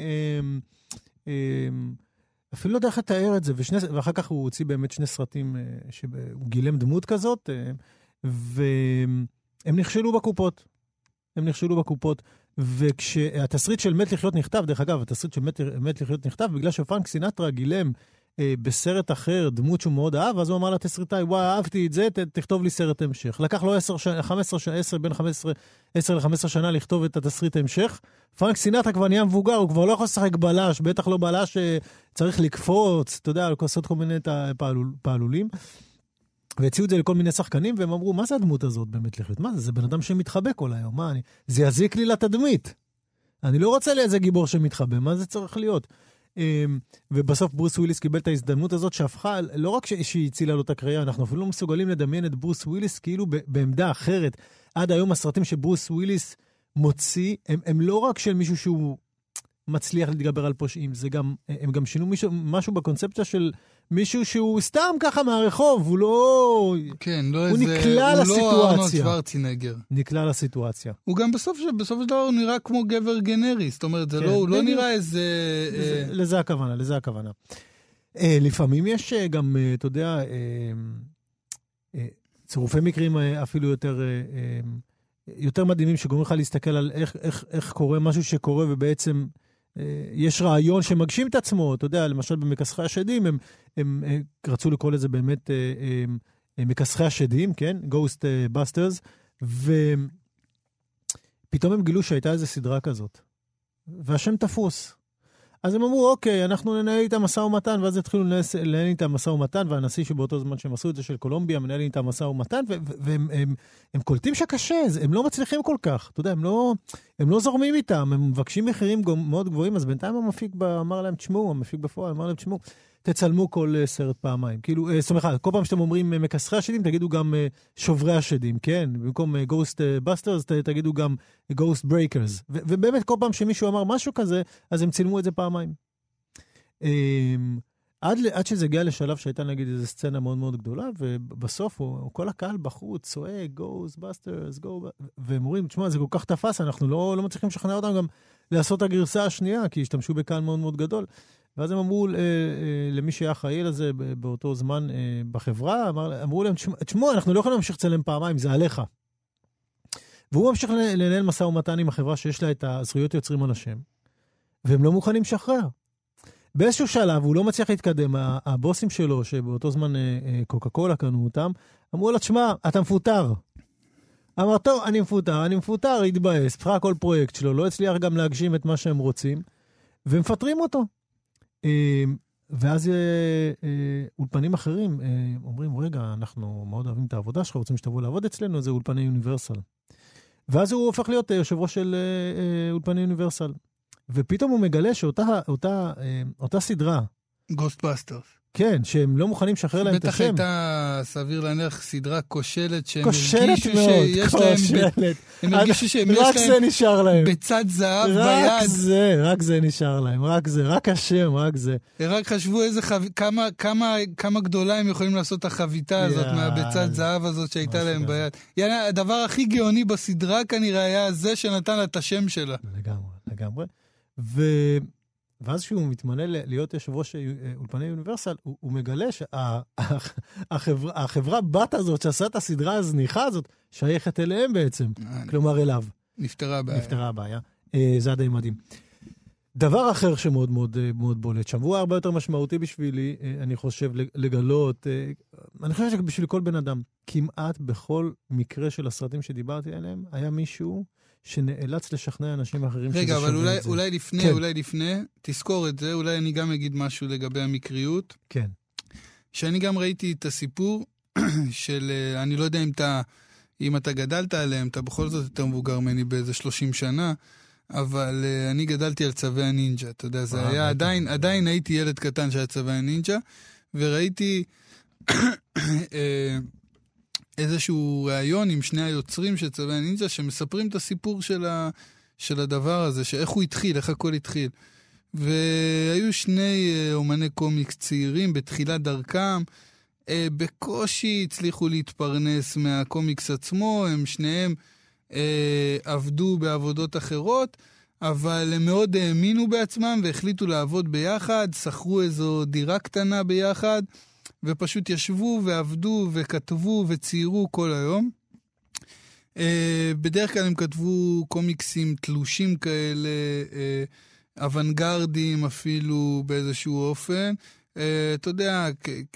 אפילו לא יודע איך לתאר את זה, ואחר כך הוא הוציא באמת 2 סרטים שהוא גילם דמות כזאת, והם נכשלו בקופות. וכשהתסריט של מת לחיות נכתב, דרך אגב, התסריט של מת לחיות נכתב, בגלל שפרנק סינטרה גילם בסרט אחר דמות שהוא מאוד אהב, אז הוא אמר לתסריטאי, וואי, אהבתי את זה, תכתוב לי סרט המשך. לקח לו 10 ל-15 שנה לכתוב את התסריט המשך. פרנק סינטרה כבר נהיה מבוגר, הוא כבר לא יכול לשחק בלש, בטח לא בלש שצריך לקפוץ, אתה יודע, לעשות כל מיני פעלולים. והציעו את זה לכל מיני שחקנים, והם אמרו, מה זה הדמות הזאת באמת לחיות? מה זה? זה בן אדם שמתחבא כל היום, זה יזיק לי לתדמית. אני לא רוצה לאיזה גיבור שמתחבא, מה זה צריך להיות? ובסוף ברוס וויליס קיבל את ההזדמנות הזאת שהפכה, לא רק שהיא הצילה לו את הקריירה, אנחנו אפילו לא מסוגלים לדמיין את ברוס וויליס כאילו בעמדה אחרת. עד היום הסרטים שברוס וויליס מוציא, הם לא רק של מישהו שהוא מצליח להתגבר על פושעים, הם גם שינו משהו בקונספציה של מישהו שהוא סתם ככה מהרחוב, הוא לא... כן, לא הוא איזה... נקלע לסיטואציה. הוא לא ארנולד שוורצנגר. נקלע לסיטואציה. הוא גם בסוף של דבר הוא נראה כמו גבר גנרי, זאת אומרת, זה הוא לא נראה איזה... לזה הכוונה. לפעמים יש גם, אתה יודע, צירופי מקרים אפילו יותר מדהימים, שגורמים לך להסתכל על איך קורה משהו שקורה, ובעצם יש רעיון שמגשים את עצמו, אתה יודע, למשל במכסחי השדים, הם רצו לקרוא לזה באמת מכסחי השדים, כן? Ghost Busters, ופתאום הם גילו שהייתה איזו סדרה כזאת, והשם תפוס. אז הם אמרו, אוקיי, אנחנו ננהל איתם משא ומתן, ואז התחילו לנהל איתם משא ומתן, והנשיא שבאותו זמן שהם עשו את זה של קולומביה, מנהל איתם משא ומתן, והם קולטים שקשה, הם לא מצליחים כל כך, אתה יודע, הם לא זורמים איתם, הם מבקשים מחירים מאוד גבוהים, אז בינתיים המפיק אמר להם, תשמעו, המפיק בפועל אמר להם, תשמעו, תצלמו כל סרט פעמיים. כאילו, סליחה, כל פעם שאתם אומרים מכסחי השדים, תגידו גם שוברי השדים, כן? במקום Ghost Busters, תגידו גם Ghost Breakers. ובאמת, כל פעם שמישהו אמר משהו כזה, אז הם צילמו את זה פעמיים. עד שזה הגיע לשלב שהייתה, נגיד, איזו סצנה מאוד מאוד גדולה, ובסוף כל הקהל בחוץ צועק, Ghost Busters, והם אומרים, תשמע, זה כל כך תפס, אנחנו לא מצליחים לשכנע אותם גם לעשות את הגרסה השנייה, כי השתמשו בקהל מאוד מאוד גדול. ואז הם אמרו למי שהיה אחראי לזה באותו זמן בחברה, אמרו להם, תשמעו, אנחנו לא יכולים להמשיך לצלם פעמיים, זה עליך. והוא ממשיך לנהל משא ומתן עם החברה שיש לה את הזכויות יוצרים על השם, והם לא מוכנים לשחרר. באיזשהו שלב הוא לא מצליח להתקדם, הבוסים שלו, שבאותו זמן קוקה קולה קנו אותם, אמרו לו, תשמע, אתה מפוטר. אמר, טוב, אני מפוטר, התבאס, פחר כל פרויקט שלו, לא הצליח גם להגשים את מה שהם רוצים, ומפטרים אותו. ואז אולפנים אחרים אומרים, רגע, אנחנו מאוד אוהבים את העבודה שלך, רוצים שתבוא לעבוד אצלנו, זה אולפני יוניברסל. ואז הוא הופך להיות יושב ראש של אולפני יוניברסל. ופתאום הוא מגלה שאותה סדרה, גוסטבאסטרס. כן, שהם לא מוכנים לשחרר להם את השם. בטח הייתה, סביר להניח, סדרה כושלת, שהם הרגישו שיש להם, הם הרגישו שהם יש רק זה נשאר להם. בצד זהב ביד. רק זה נשאר להם, רק השם, רק זה. הם רק חשבו כמה גדולה הם יכולים לעשות את החביתה הזאת, מהבצד זהב הזאת שהייתה להם ביד. הדבר הכי גאוני בסדרה כנראה היה זה שנתן לה את השם שלה. לגמרי. ואז כשהוא מתמנה להיות יושב ראש אולפני יוניברסל, הוא מגלה שהחברה בת הזאת שעשה את הסדרה הזניחה הזאת, שייכת אליהם בעצם. כלומר אליו. נפטרה הבעיה. זה די מדהים. דבר אחר שמאוד מאוד מאוד בולט שם, והוא הרבה יותר משמעותי בשבילי, אני חושב, לגלות, אני חושב שבשביל כל בן אדם, כמעט בכל מקרה של הסרטים שדיברתי עליהם, היה מישהו שנאלץ לשכנע אנשים אחרים שזה שווה את זה. רגע, אבל אולי לפני, תזכור את זה, אולי אני גם אגיד משהו לגבי המקריות. כן. שאני גם ראיתי את הסיפור של, אני לא יודע אם אתה גדלת עליהם, אתה בכל זאת יותר מבוגר ממני באיזה 30 שנה, אבל אני גדלתי על צווי הנינג'ה, אתה יודע, זה היה, עדיין הייתי ילד קטן שהיה צווי הנינג'ה, וראיתי איזשהו ראיון עם שני היוצרים של צווי הנינג'ה, שמספרים את הסיפור של הדבר הזה, שאיך הוא התחיל, איך הכל התחיל. והיו שני אומני קומיקס צעירים בתחילת דרכם, בקושי הצליחו להתפרנס מהקומיקס עצמו, הם שניהם עבדו בעבודות אחרות, אבל הם מאוד האמינו בעצמם והחליטו לעבוד ביחד, שכרו איזו דירה קטנה ביחד, ופשוט ישבו ועבדו וכתבו וציירו כל היום. בדרך כלל הם כתבו קומיקסים תלושים כאלה, אוונגרדים אפילו באיזשהו אופן. אתה יודע,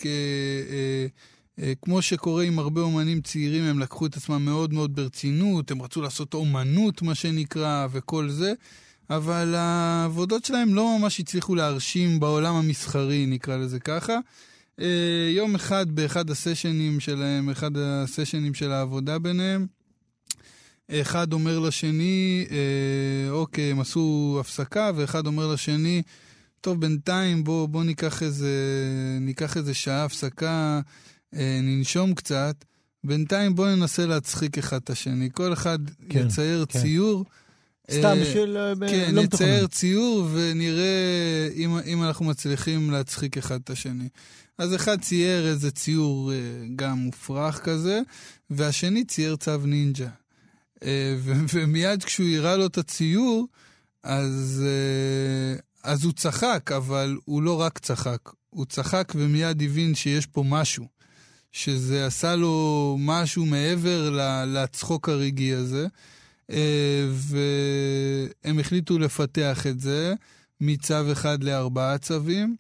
כמו שקורה עם הרבה אומנים צעירים, הם לקחו את עצמם מאוד מאוד ברצינות, הם רצו לעשות אומנות, מה שנקרא, וכל זה, אבל העבודות שלהם לא ממש הצליחו להרשים בעולם המסחרי, נקרא לזה ככה. יום אחד באחד הסשנים שלהם, אחד הסשנים של העבודה ביניהם, אחד אומר לשני, אוקיי, הם עשו הפסקה, ואחד אומר לשני, טוב, בינתיים בוא ניקח איזה שעה הפסקה, ננשום קצת, בינתיים בוא ננסה להצחיק אחד את השני. כל אחד יצייר ציור. סתם בשביל כן, לא נצייר ציור ונראה אם אנחנו מצליחים להצחיק אחד את השני. אז אחד צייר איזה ציור גם מופרך כזה, והשני צייר צו נינג'ה. ומיד כשהוא יראה לו את הציור, אז הוא צחק, אבל הוא לא רק צחק. הוא צחק ומיד הבין שיש פה משהו. שזה עשה לו משהו מעבר לצחוק הרגעי הזה. והם החליטו לפתח את זה מצו אחד ל4 צווים.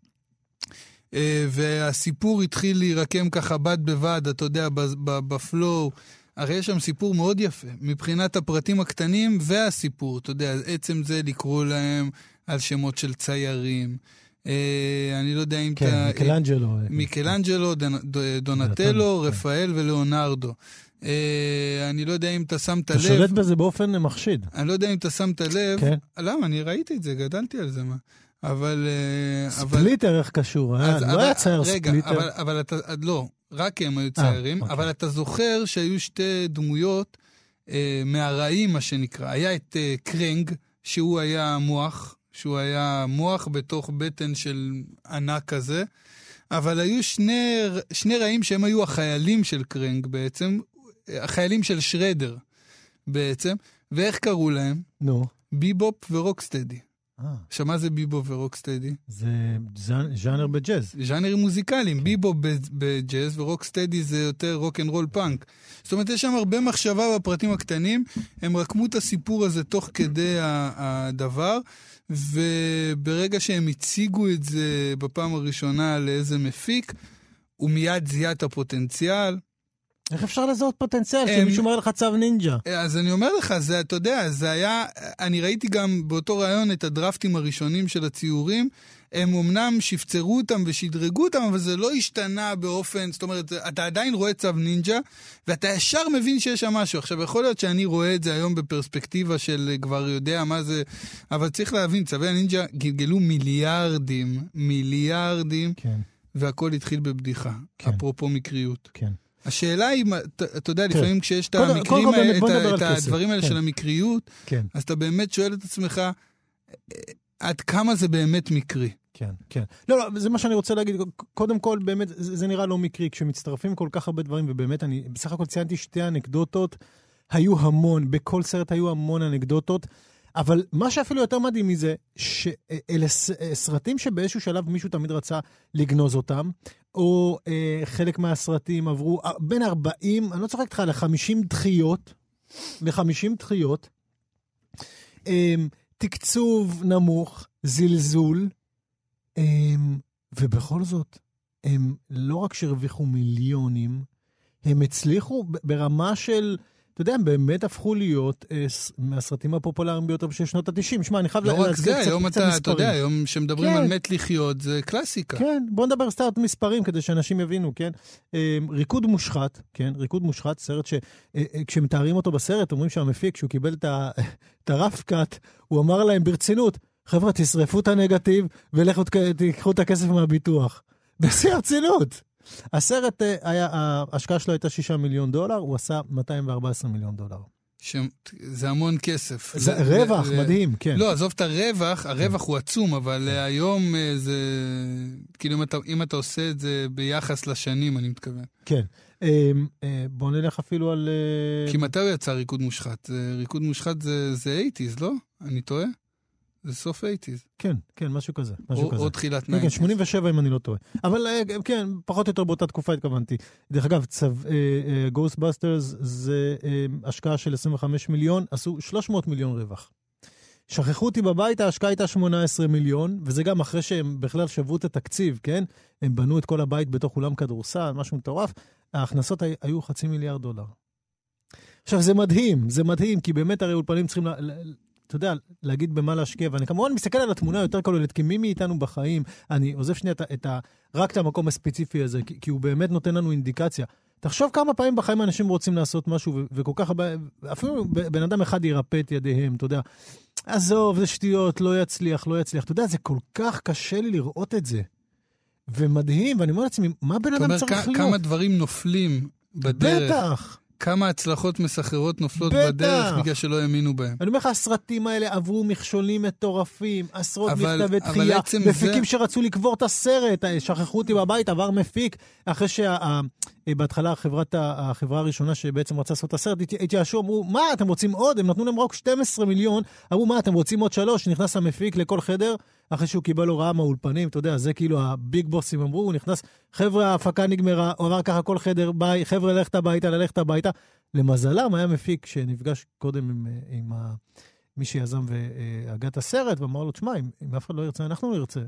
והסיפור התחיל להירקם ככה בד בבד, אתה יודע, בפלואו. הרי יש שם סיפור מאוד יפה, מבחינת הפרטים הקטנים והסיפור, אתה יודע, עצם זה לקרוא להם על שמות של ציירים. אני לא יודע אם כן, מיקלנג'לו, דונטלו, רפאל ולאונרדו. אני לא יודע אם אתה שמת לב. אתה שולט בזה באופן מחשיד. אני לא יודע אם אתה שמת לב. כן. למה? אני ראיתי את זה, גדלתי על זה. אבל ספליטר איך קשור, לא היה צייר ספליטר. רגע, אבל אתה, לא, רק הם היו ציירים, אבל אתה זוכר שהיו שתי דמויות מהרעים, מה שנקרא. היה את קרנג, שהוא היה מוח בתוך בטן של ענק כזה, אבל היו שני רעים שהם היו החיילים של קרנג בעצם, החיילים של שרדר בעצם, ואיך קראו להם? נו. ביבופ ורוקסטדי. עכשיו, מה זה ביבו ורוקסטדי? זה ז'אנר בג'אז. ז'אנרים מוזיקליים, ביבו בג'אז ורוקסטדי זה יותר רוק אנד רול פאנק. זאת אומרת, יש שם הרבה מחשבה בפרטים הקטנים, הם רקמו את הסיפור הזה תוך כדי הדבר, וברגע שהם הציגו את זה בפעם הראשונה לאיזה מפיק, הוא מיד זיהה את הפוטנציאל. איך אפשר לזהות פוטנציאל שמישהו מראה לך צו נינג'ה? אז אני אומר לך, זה, אתה יודע, זה היה, אני ראיתי גם באותו רעיון את הדרפטים הראשונים של הציורים, הם אמנם שפצרו אותם ושדרגו אותם, אבל זה לא השתנה באופן, זאת אומרת, אתה עדיין רואה צו נינג'ה, ואתה ישר מבין שיש שם משהו. עכשיו, יכול להיות שאני רואה את זה היום בפרספקטיבה של כבר יודע מה זה, אבל צריך להבין, צווי הנינג'ה גלגלו מיליארדים, כן. והכל התחיל בבדיחה, כן. אפרופו מקריות. כן. השאלה היא, אתה יודע, לפעמים כשיש את קודם המקרים, כל, את הדברים האלה של המקריות, כן. אז אתה באמת שואל את עצמך, עד כמה זה באמת מקרי. כן, כן. לא, זה מה שאני רוצה להגיד. קודם כל, באמת, זה נראה לא מקרי. כשמצטרפים כל כך הרבה דברים, ובאמת, אני בסך הכל ציינתי שתי אנקדוטות, היו המון, בכל סרט היו המון אנקדוטות, אבל מה שאפילו יותר מדהים מזה, שאלה סרטים שבאיזשהו שלב מישהו תמיד רצה לגנוז אותם, או חלק מהסרטים עברו בין 40, אני לא צוחק איתך, ל-50 דחיות, תקצוב נמוך, זלזול, ובכל זאת, הם לא רק שהרוויחו מיליונים, הם הצליחו ברמה של, אתה יודע, הם באמת הפכו להיות מהסרטים הפופולריים ביותר של שנות ה-90. שמע, אני חייב לא רק זה, היום אתה יודע, היום שמדברים כן. על מת לחיות, זה קלאסיקה. כן, בוא נדבר סטארט מספרים כדי שאנשים יבינו, כן? ריקוד מושחת, כן? ריקוד מושחת, סרט כשמתארים אותו בסרט, אומרים שהמפיק, כשהוא קיבל את הרף-קאט, הוא אמר להם ברצינות, חבר'ה, תשרפו את הנגטיב ולכו תיקחו את הכסף מהביטוח. בשיא הרצינות. הסרט, ההשקעה שלו הייתה $6 מיליון, הוא עשה $214 מיליון. זה המון כסף. זה רווח, מדהים, כן. לא, עזוב את הרווח, הרווח הוא עצום, אבל היום זה, כאילו אם אתה עושה את זה ביחס לשנים, אני מתכוון. כן. בוא נלך אפילו על... כי מתי הוא יצא ריקוד מושחת? ריקוד מושחת זה 80s, לא? אני טועה? זה סוף 80s. כן, כן, משהו כזה. או תחילת 90s. כן, 87 אם אני לא טועה. אבל כן, פחות או יותר באותה תקופה התכוונתי. דרך אגב, Ghostbusters זה השקעה של 25 מיליון, עשו 300 מיליון רווח. שכחו אותי בבית, ההשקעה הייתה 18 מיליון, וזה גם אחרי שהם בכלל שברו את התקציב, כן? הם בנו את כל הבית בתוך אולם כדורסל, משהו מטורף. ההכנסות היו $500 מיליון. עכשיו, זה מדהים, כי באמת הרי אולפנים צריכים אתה יודע, להגיד במה להשקיע, ואני כמובן מסתכל על התמונה יותר כוללת, כי מי מאיתנו בחיים, אני עוזב שנייה רק את המקום הספציפי הזה, כי הוא באמת נותן לנו אינדיקציה. תחשוב כמה פעמים בחיים אנשים רוצים לעשות משהו, וכל כך הרבה, אפילו בן אדם אחד ירפא את ידיהם, אתה יודע, עזוב, זה שטויות, לא יצליח, אתה יודע, זה כל כך קשה לי לראות את זה. ומדהים, ואני אומר לעצמי, מה בן אדם צריך להיות? כמה דברים נופלים בדרך. בטח. כמה הצלחות מסחררות נופלות בדרך בגלל שלא האמינו בהם. אני אומר לך, הסרטים האלה עברו מכשולים מטורפים, עשרות מכתבי דחייה, מפיקים שרצו לקבור את הסרט, שכחו אותי בבית, עבר מפיק, אחרי שבהתחלה החברה הראשונה שבעצם רצה לעשות את הסרט, התייאשו, אמרו, מה, אתם רוצים עוד? הם נתנו להם רק 12 מיליון, אמרו, מה, אתם רוצים עוד 3? נכנס המפיק לכל חדר, אחרי שהוא קיבל הוראה מהאולפנים, אתה יודע, זה כאילו הביג בוסים אמרו, הוא נכנס, חבר'ה, ההפקה נגמרה, הוא עבר ככה כל חדר, ביי, חבר'ה, ללכת הביתה. למזלם היה מפיק שנפגש קודם עם מי שיזם והגה את הסרט, ואמר לו, תשמע, אם אף אחד לא ירצה, אנחנו לא ירצה.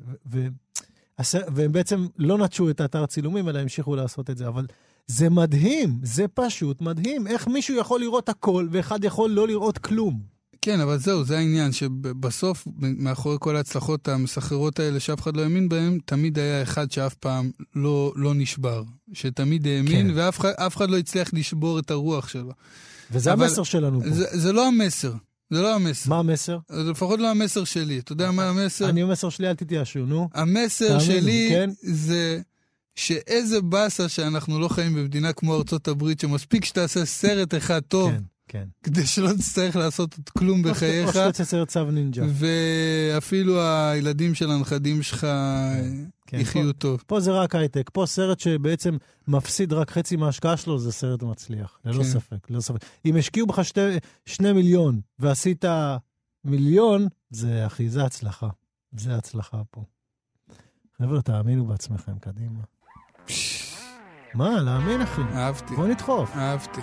והם בעצם לא נטשו את האתר הצילומים, אלא המשיכו לעשות את זה. אבל זה מדהים, זה פשוט מדהים, איך מישהו יכול לראות הכל, ואחד יכול לא לראות כלום. כן, אבל זהו, זה העניין, שבסוף, מאחורי כל ההצלחות המסחררות האלה, שאף אחד לא האמין בהם, תמיד היה אחד שאף פעם לא נשבר. שתמיד האמין, כן. ואף אחד לא הצליח לשבור את הרוח שלו. וזה המסר שלנו פה. זה לא המסר. זה לא המסר. מה המסר? זה לפחות לא המסר שלי. אתה יודע מה המסר? אני המסר שלי, אל תתייאשו, נו. המסר שלי כן? זה שאיזה בסה שאנחנו לא חיים במדינה כמו ארצות הברית, שמספיק שתעשה סרט אחד טוב, כן. כן. כדי שלא תצטרך לעשות את כלום בחייך. או שתצא סרט צו נינג'ה. ואפילו הילדים של הנכדים שלך יחיו טוב. פה זה רק הייטק. פה סרט שבעצם מפסיד רק חצי מההשקעה שלו, זה סרט מצליח. ללא ספק, ללא ספק. אם השקיעו בך 2 מיליון ועשית מיליון, זה אחי, זה הצלחה. זה הצלחה פה. חבר'ה, תאמינו בעצמכם, קדימה. מה, להאמין אחי? אהבתי. בוא נדחוף. אהבתי.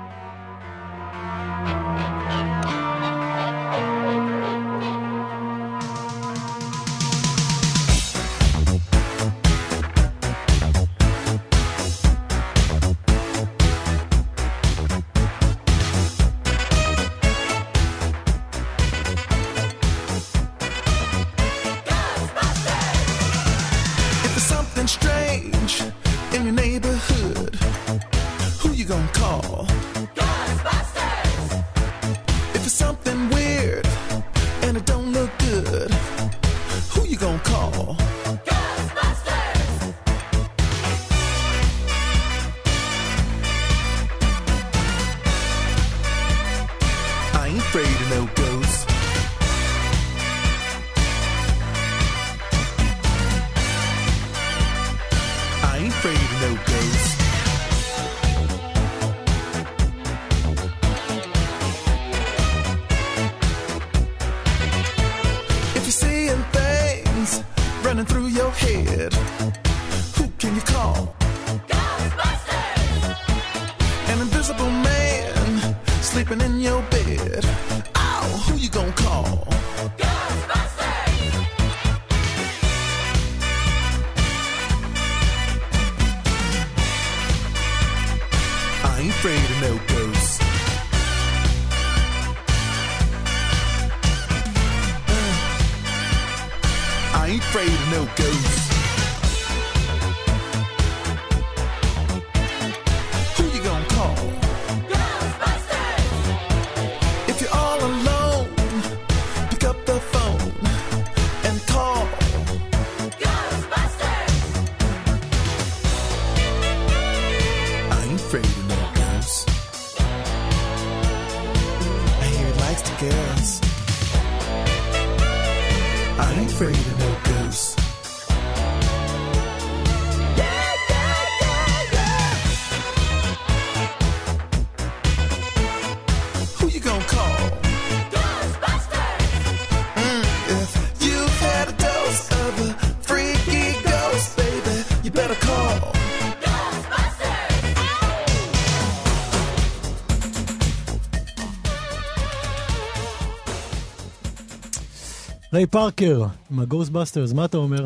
ריי פארקר, עם הגוסטבאסטרס, מה אתה אומר?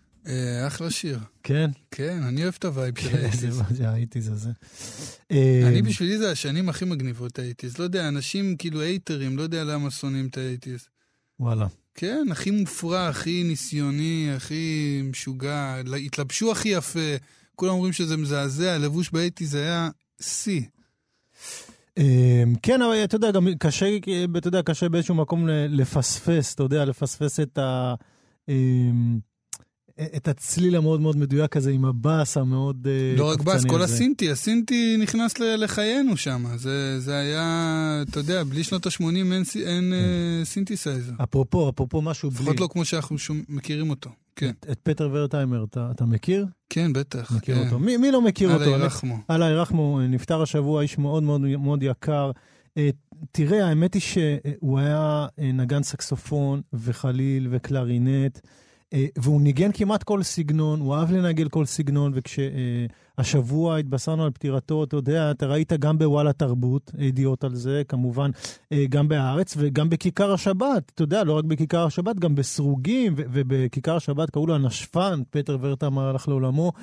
אחלה שיר. כן? כן, אני אוהב את הווייב של האייטיז. זה האייטיז הזה. אני בשבילי זה השנים הכי מגניבות האייטיז. לא יודע, אנשים כאילו אייטרים, לא יודע למה שונאים את האייטיז. וואלה. כן, הכי מופרע, הכי ניסיוני, הכי משוגע, התלבשו הכי יפה, כולם אומרים שזה מזעזע, הלבוש באייטיז היה שיא. כן, אבל אתה יודע, גם קשה באיזשהו מקום לפספס, אתה יודע, לפספס את הצליל המאוד מאוד מדויק הזה עם הבאס המאוד לא רק באס, כל הסינטי נכנס לחיינו שם, זה היה, אתה יודע, בלי שנות ה-80 אין סינתסייזר. אפרופו משהו בלי. לפחות לא כמו שאנחנו מכירים אותו. כן. את פטר ורטהיימר, אתה מכיר? כן, בטח. מכיר אותו. מי לא מכיר אותו? אללה ירחמו. אללה ירחמו, נפטר השבוע, איש מאוד מאוד מאוד יקר. תראה, האמת היא שהוא היה נגן סקסופון וחליל וקלרינט, והוא ניגן כמעט כל סגנון, הוא אהב לנגל כל סגנון, וכשהשבוע התבשרנו על פטירתו, אתה יודע, אתה ראית גם בוואלה תרבות, ידיעות על זה, כמובן, גם בארץ, וגם בכיכר השבת, אתה יודע, לא רק בכיכר השבת, גם בסרוגים, ובכיכר השבת קראו לו הנשפן, פטר ורטהיימר הלך לעולמו,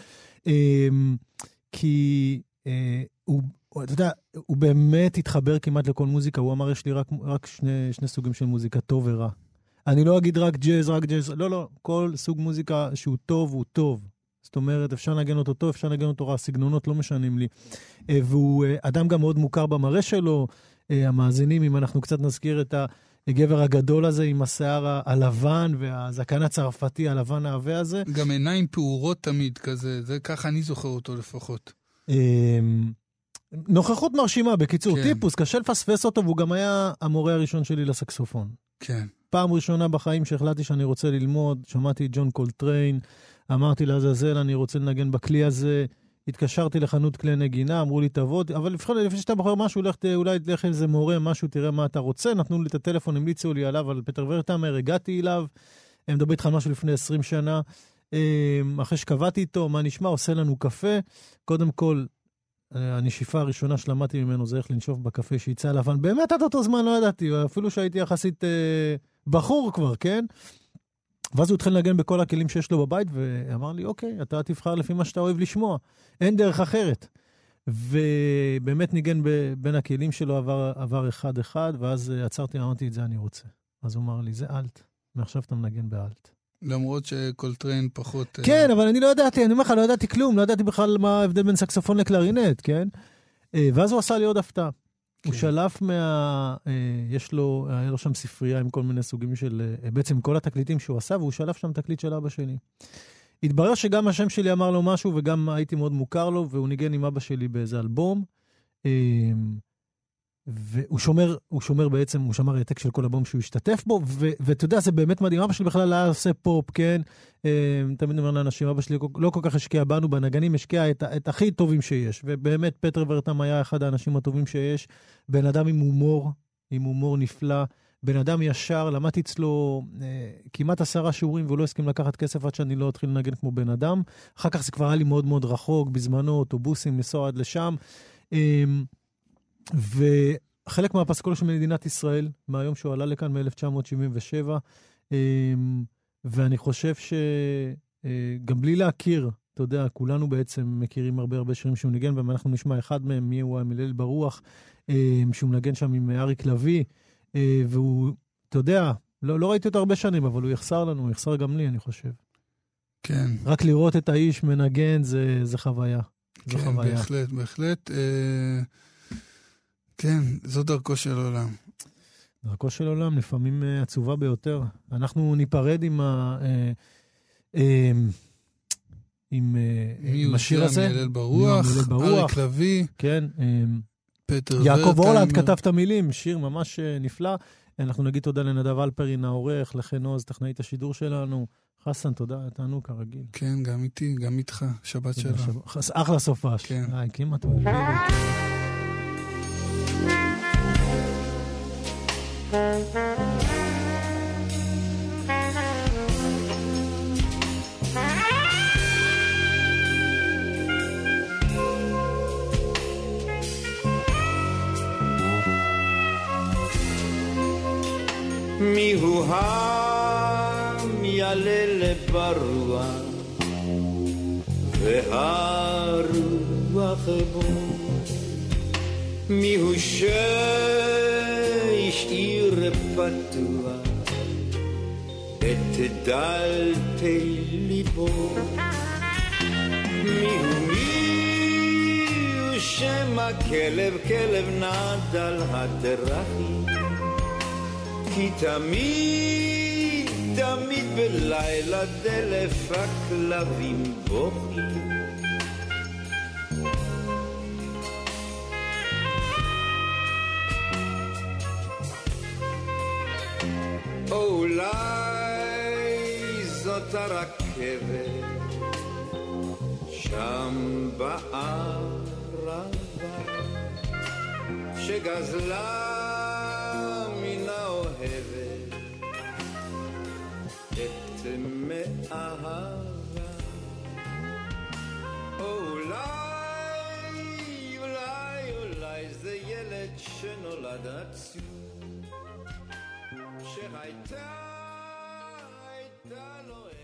כי הוא, אתה יודע, הוא באמת התחבר כמעט לכל מוזיקה, הוא אמר, יש לי רק שני סוגים של מוזיקה, טוב ורע. אני לא אגיד רק ג'אז, לא, כל סוג מוזיקה שהוא טוב, הוא טוב. זאת אומרת, אפשר לנגן אותו טוב, אפשר לנגן אותו רע, סגנונות לא משנים לי. והוא אדם גם מאוד מוכר במראה שלו, המאזינים, אם אנחנו קצת נזכיר את הגבר הגדול הזה עם השיער הלבן והזקן הצרפתי הלבן העווה הזה. גם עיניים פעורות תמיד כזה, זה ככה אני זוכר אותו לפחות. נוכחות מרשימה, בקיצור, כן. טיפוס, קשה לפספס אותו, והוא גם היה המורה הראשון שלי לסקסופון. כן. פעם ראשונה בחיים שהחלטתי שאני רוצה ללמוד, שמעתי את ג'ון קולטריין, אמרתי לעזאזל, אני רוצה לנגן בכלי הזה, התקשרתי לחנות כלי נגינה, אמרו לי תבוא, אבל לפני שאתה בוחר משהו, אולי תלך איזה מורה, משהו, תראה מה אתה רוצה, נתנו לי את הטלפון, המליצו לי עליו, על פטר ורטהיימר, הגעתי אליו, הם מדבר איתך על משהו לפני 20 שנה, אחרי שקבעתי איתו, מה נשמע, עושה לנו קפה, קודם כל, הנשיפה הראשונה שלמדתי ממנו זה איך לנשוף בקפה שיצא לבן, באמת עד אותו זמן לא ידעתי, אפילו שהייתי יחסית בחור כבר, כן? ואז הוא התחיל לנגן בכל הכלים שיש לו בבית, ואמר לי, אוקיי, אתה תבחר לפי מה שאתה אוהב לשמוע, אין דרך אחרת. ובאמת ניגן בין הכלים שלו עבר אחד, ואז עצרתי, אמרתי את זה אני רוצה. אז הוא אמר לי, זה אלט, מעכשיו אתה מנגן באלט. למרות שקולטריין פחות... כן, אבל אני לא ידעתי, אני אומר לך, לא ידעתי כלום, לא ידעתי בכלל מה ההבדל בין סקסופון לקלרינט, כן? ואז הוא עשה לי עוד הפתעה. הוא שלף היה לו שם ספרייה עם כל מיני סוגים של, בעצם כל התקליטים שהוא עשה, והוא שלף שם תקליט של אבא שלי. התברר שגם השם שלי אמר לו משהו, וגם הייתי מאוד מוכר לו, והוא ניגן עם אבא שלי באיזה אלבום, והוא שומר בעצם, הוא שמר העתק של כל אלבום שהוא השתתף בו, ואתה יודע, זה באמת מדהים, אבא שלי בכלל היה עושה פופ, כן? תמיד אומר לאנשים, אבא שלי לא כל כך השקיע בנו, בנגנים השקיע את הכי טובים שיש, ובאמת פטר ורטהיימר היה אחד האנשים הטובים שיש, בן אדם עם הומור נפלא, בן אדם ישר, למדתי אצלו כמעט 10 שיעורים, והוא לא הסכים לקחת כסף עד שאני לא אתחיל לנגן כמו בן אדם, אחר כך זה כבר היה לי מאוד מאוד רחוק, בזמנו אוטובוסים לנסוע עד לשם, וחלק מהפסקול של מדינת ישראל, מהיום שהוא עלה לכאן מ-1977, ואני חושב שגם בלי להכיר, אתה יודע, כולנו בעצם מכירים הרבה שירים שהוא ניגן, ואנחנו נשמע אחד מהם, מי הוא המלל ברוח, שהוא מנגן שם עם אריק לוי, והוא, אתה יודע, לא ראיתי אותו הרבה שנים, אבל הוא יחסר לנו, הוא יחסר גם לי, אני חושב. כן. רק לראות את האיש מנגן, זה חוויה. כן, בהחלט. כן, זו דרכו של עולם. דרכו של עולם, לפעמים עצובה ביותר. אנחנו ניפרד עם השיר הזה. מי ברוח, אריק לוי, כן. פטר ורטהיימר. יעקב הולנד כתב את המילים, שיר ממש נפלא. אנחנו נגיד תודה לנדב אלפרין העורך, לחן עוז, טכנאית השידור שלנו. חסן, תודה, תענו כרגיל. כן, גם איתי, גם איתך, שבת שלום. אחלה סופש. כן. כמעט אוהבים. מי הוא המיילל ברוח והרוח בו מי הוא שהשאיר פתוח את דלתי ליבו מי הוא שמא כלב נד על הדרכים כי תמיד בלילה דלף הכלבים בוכים אולי זאת הרכבת שם בערבה שגזלה מן האוהבת את מאהבה אולי זה ילד שנולד עצוב שהייתה לו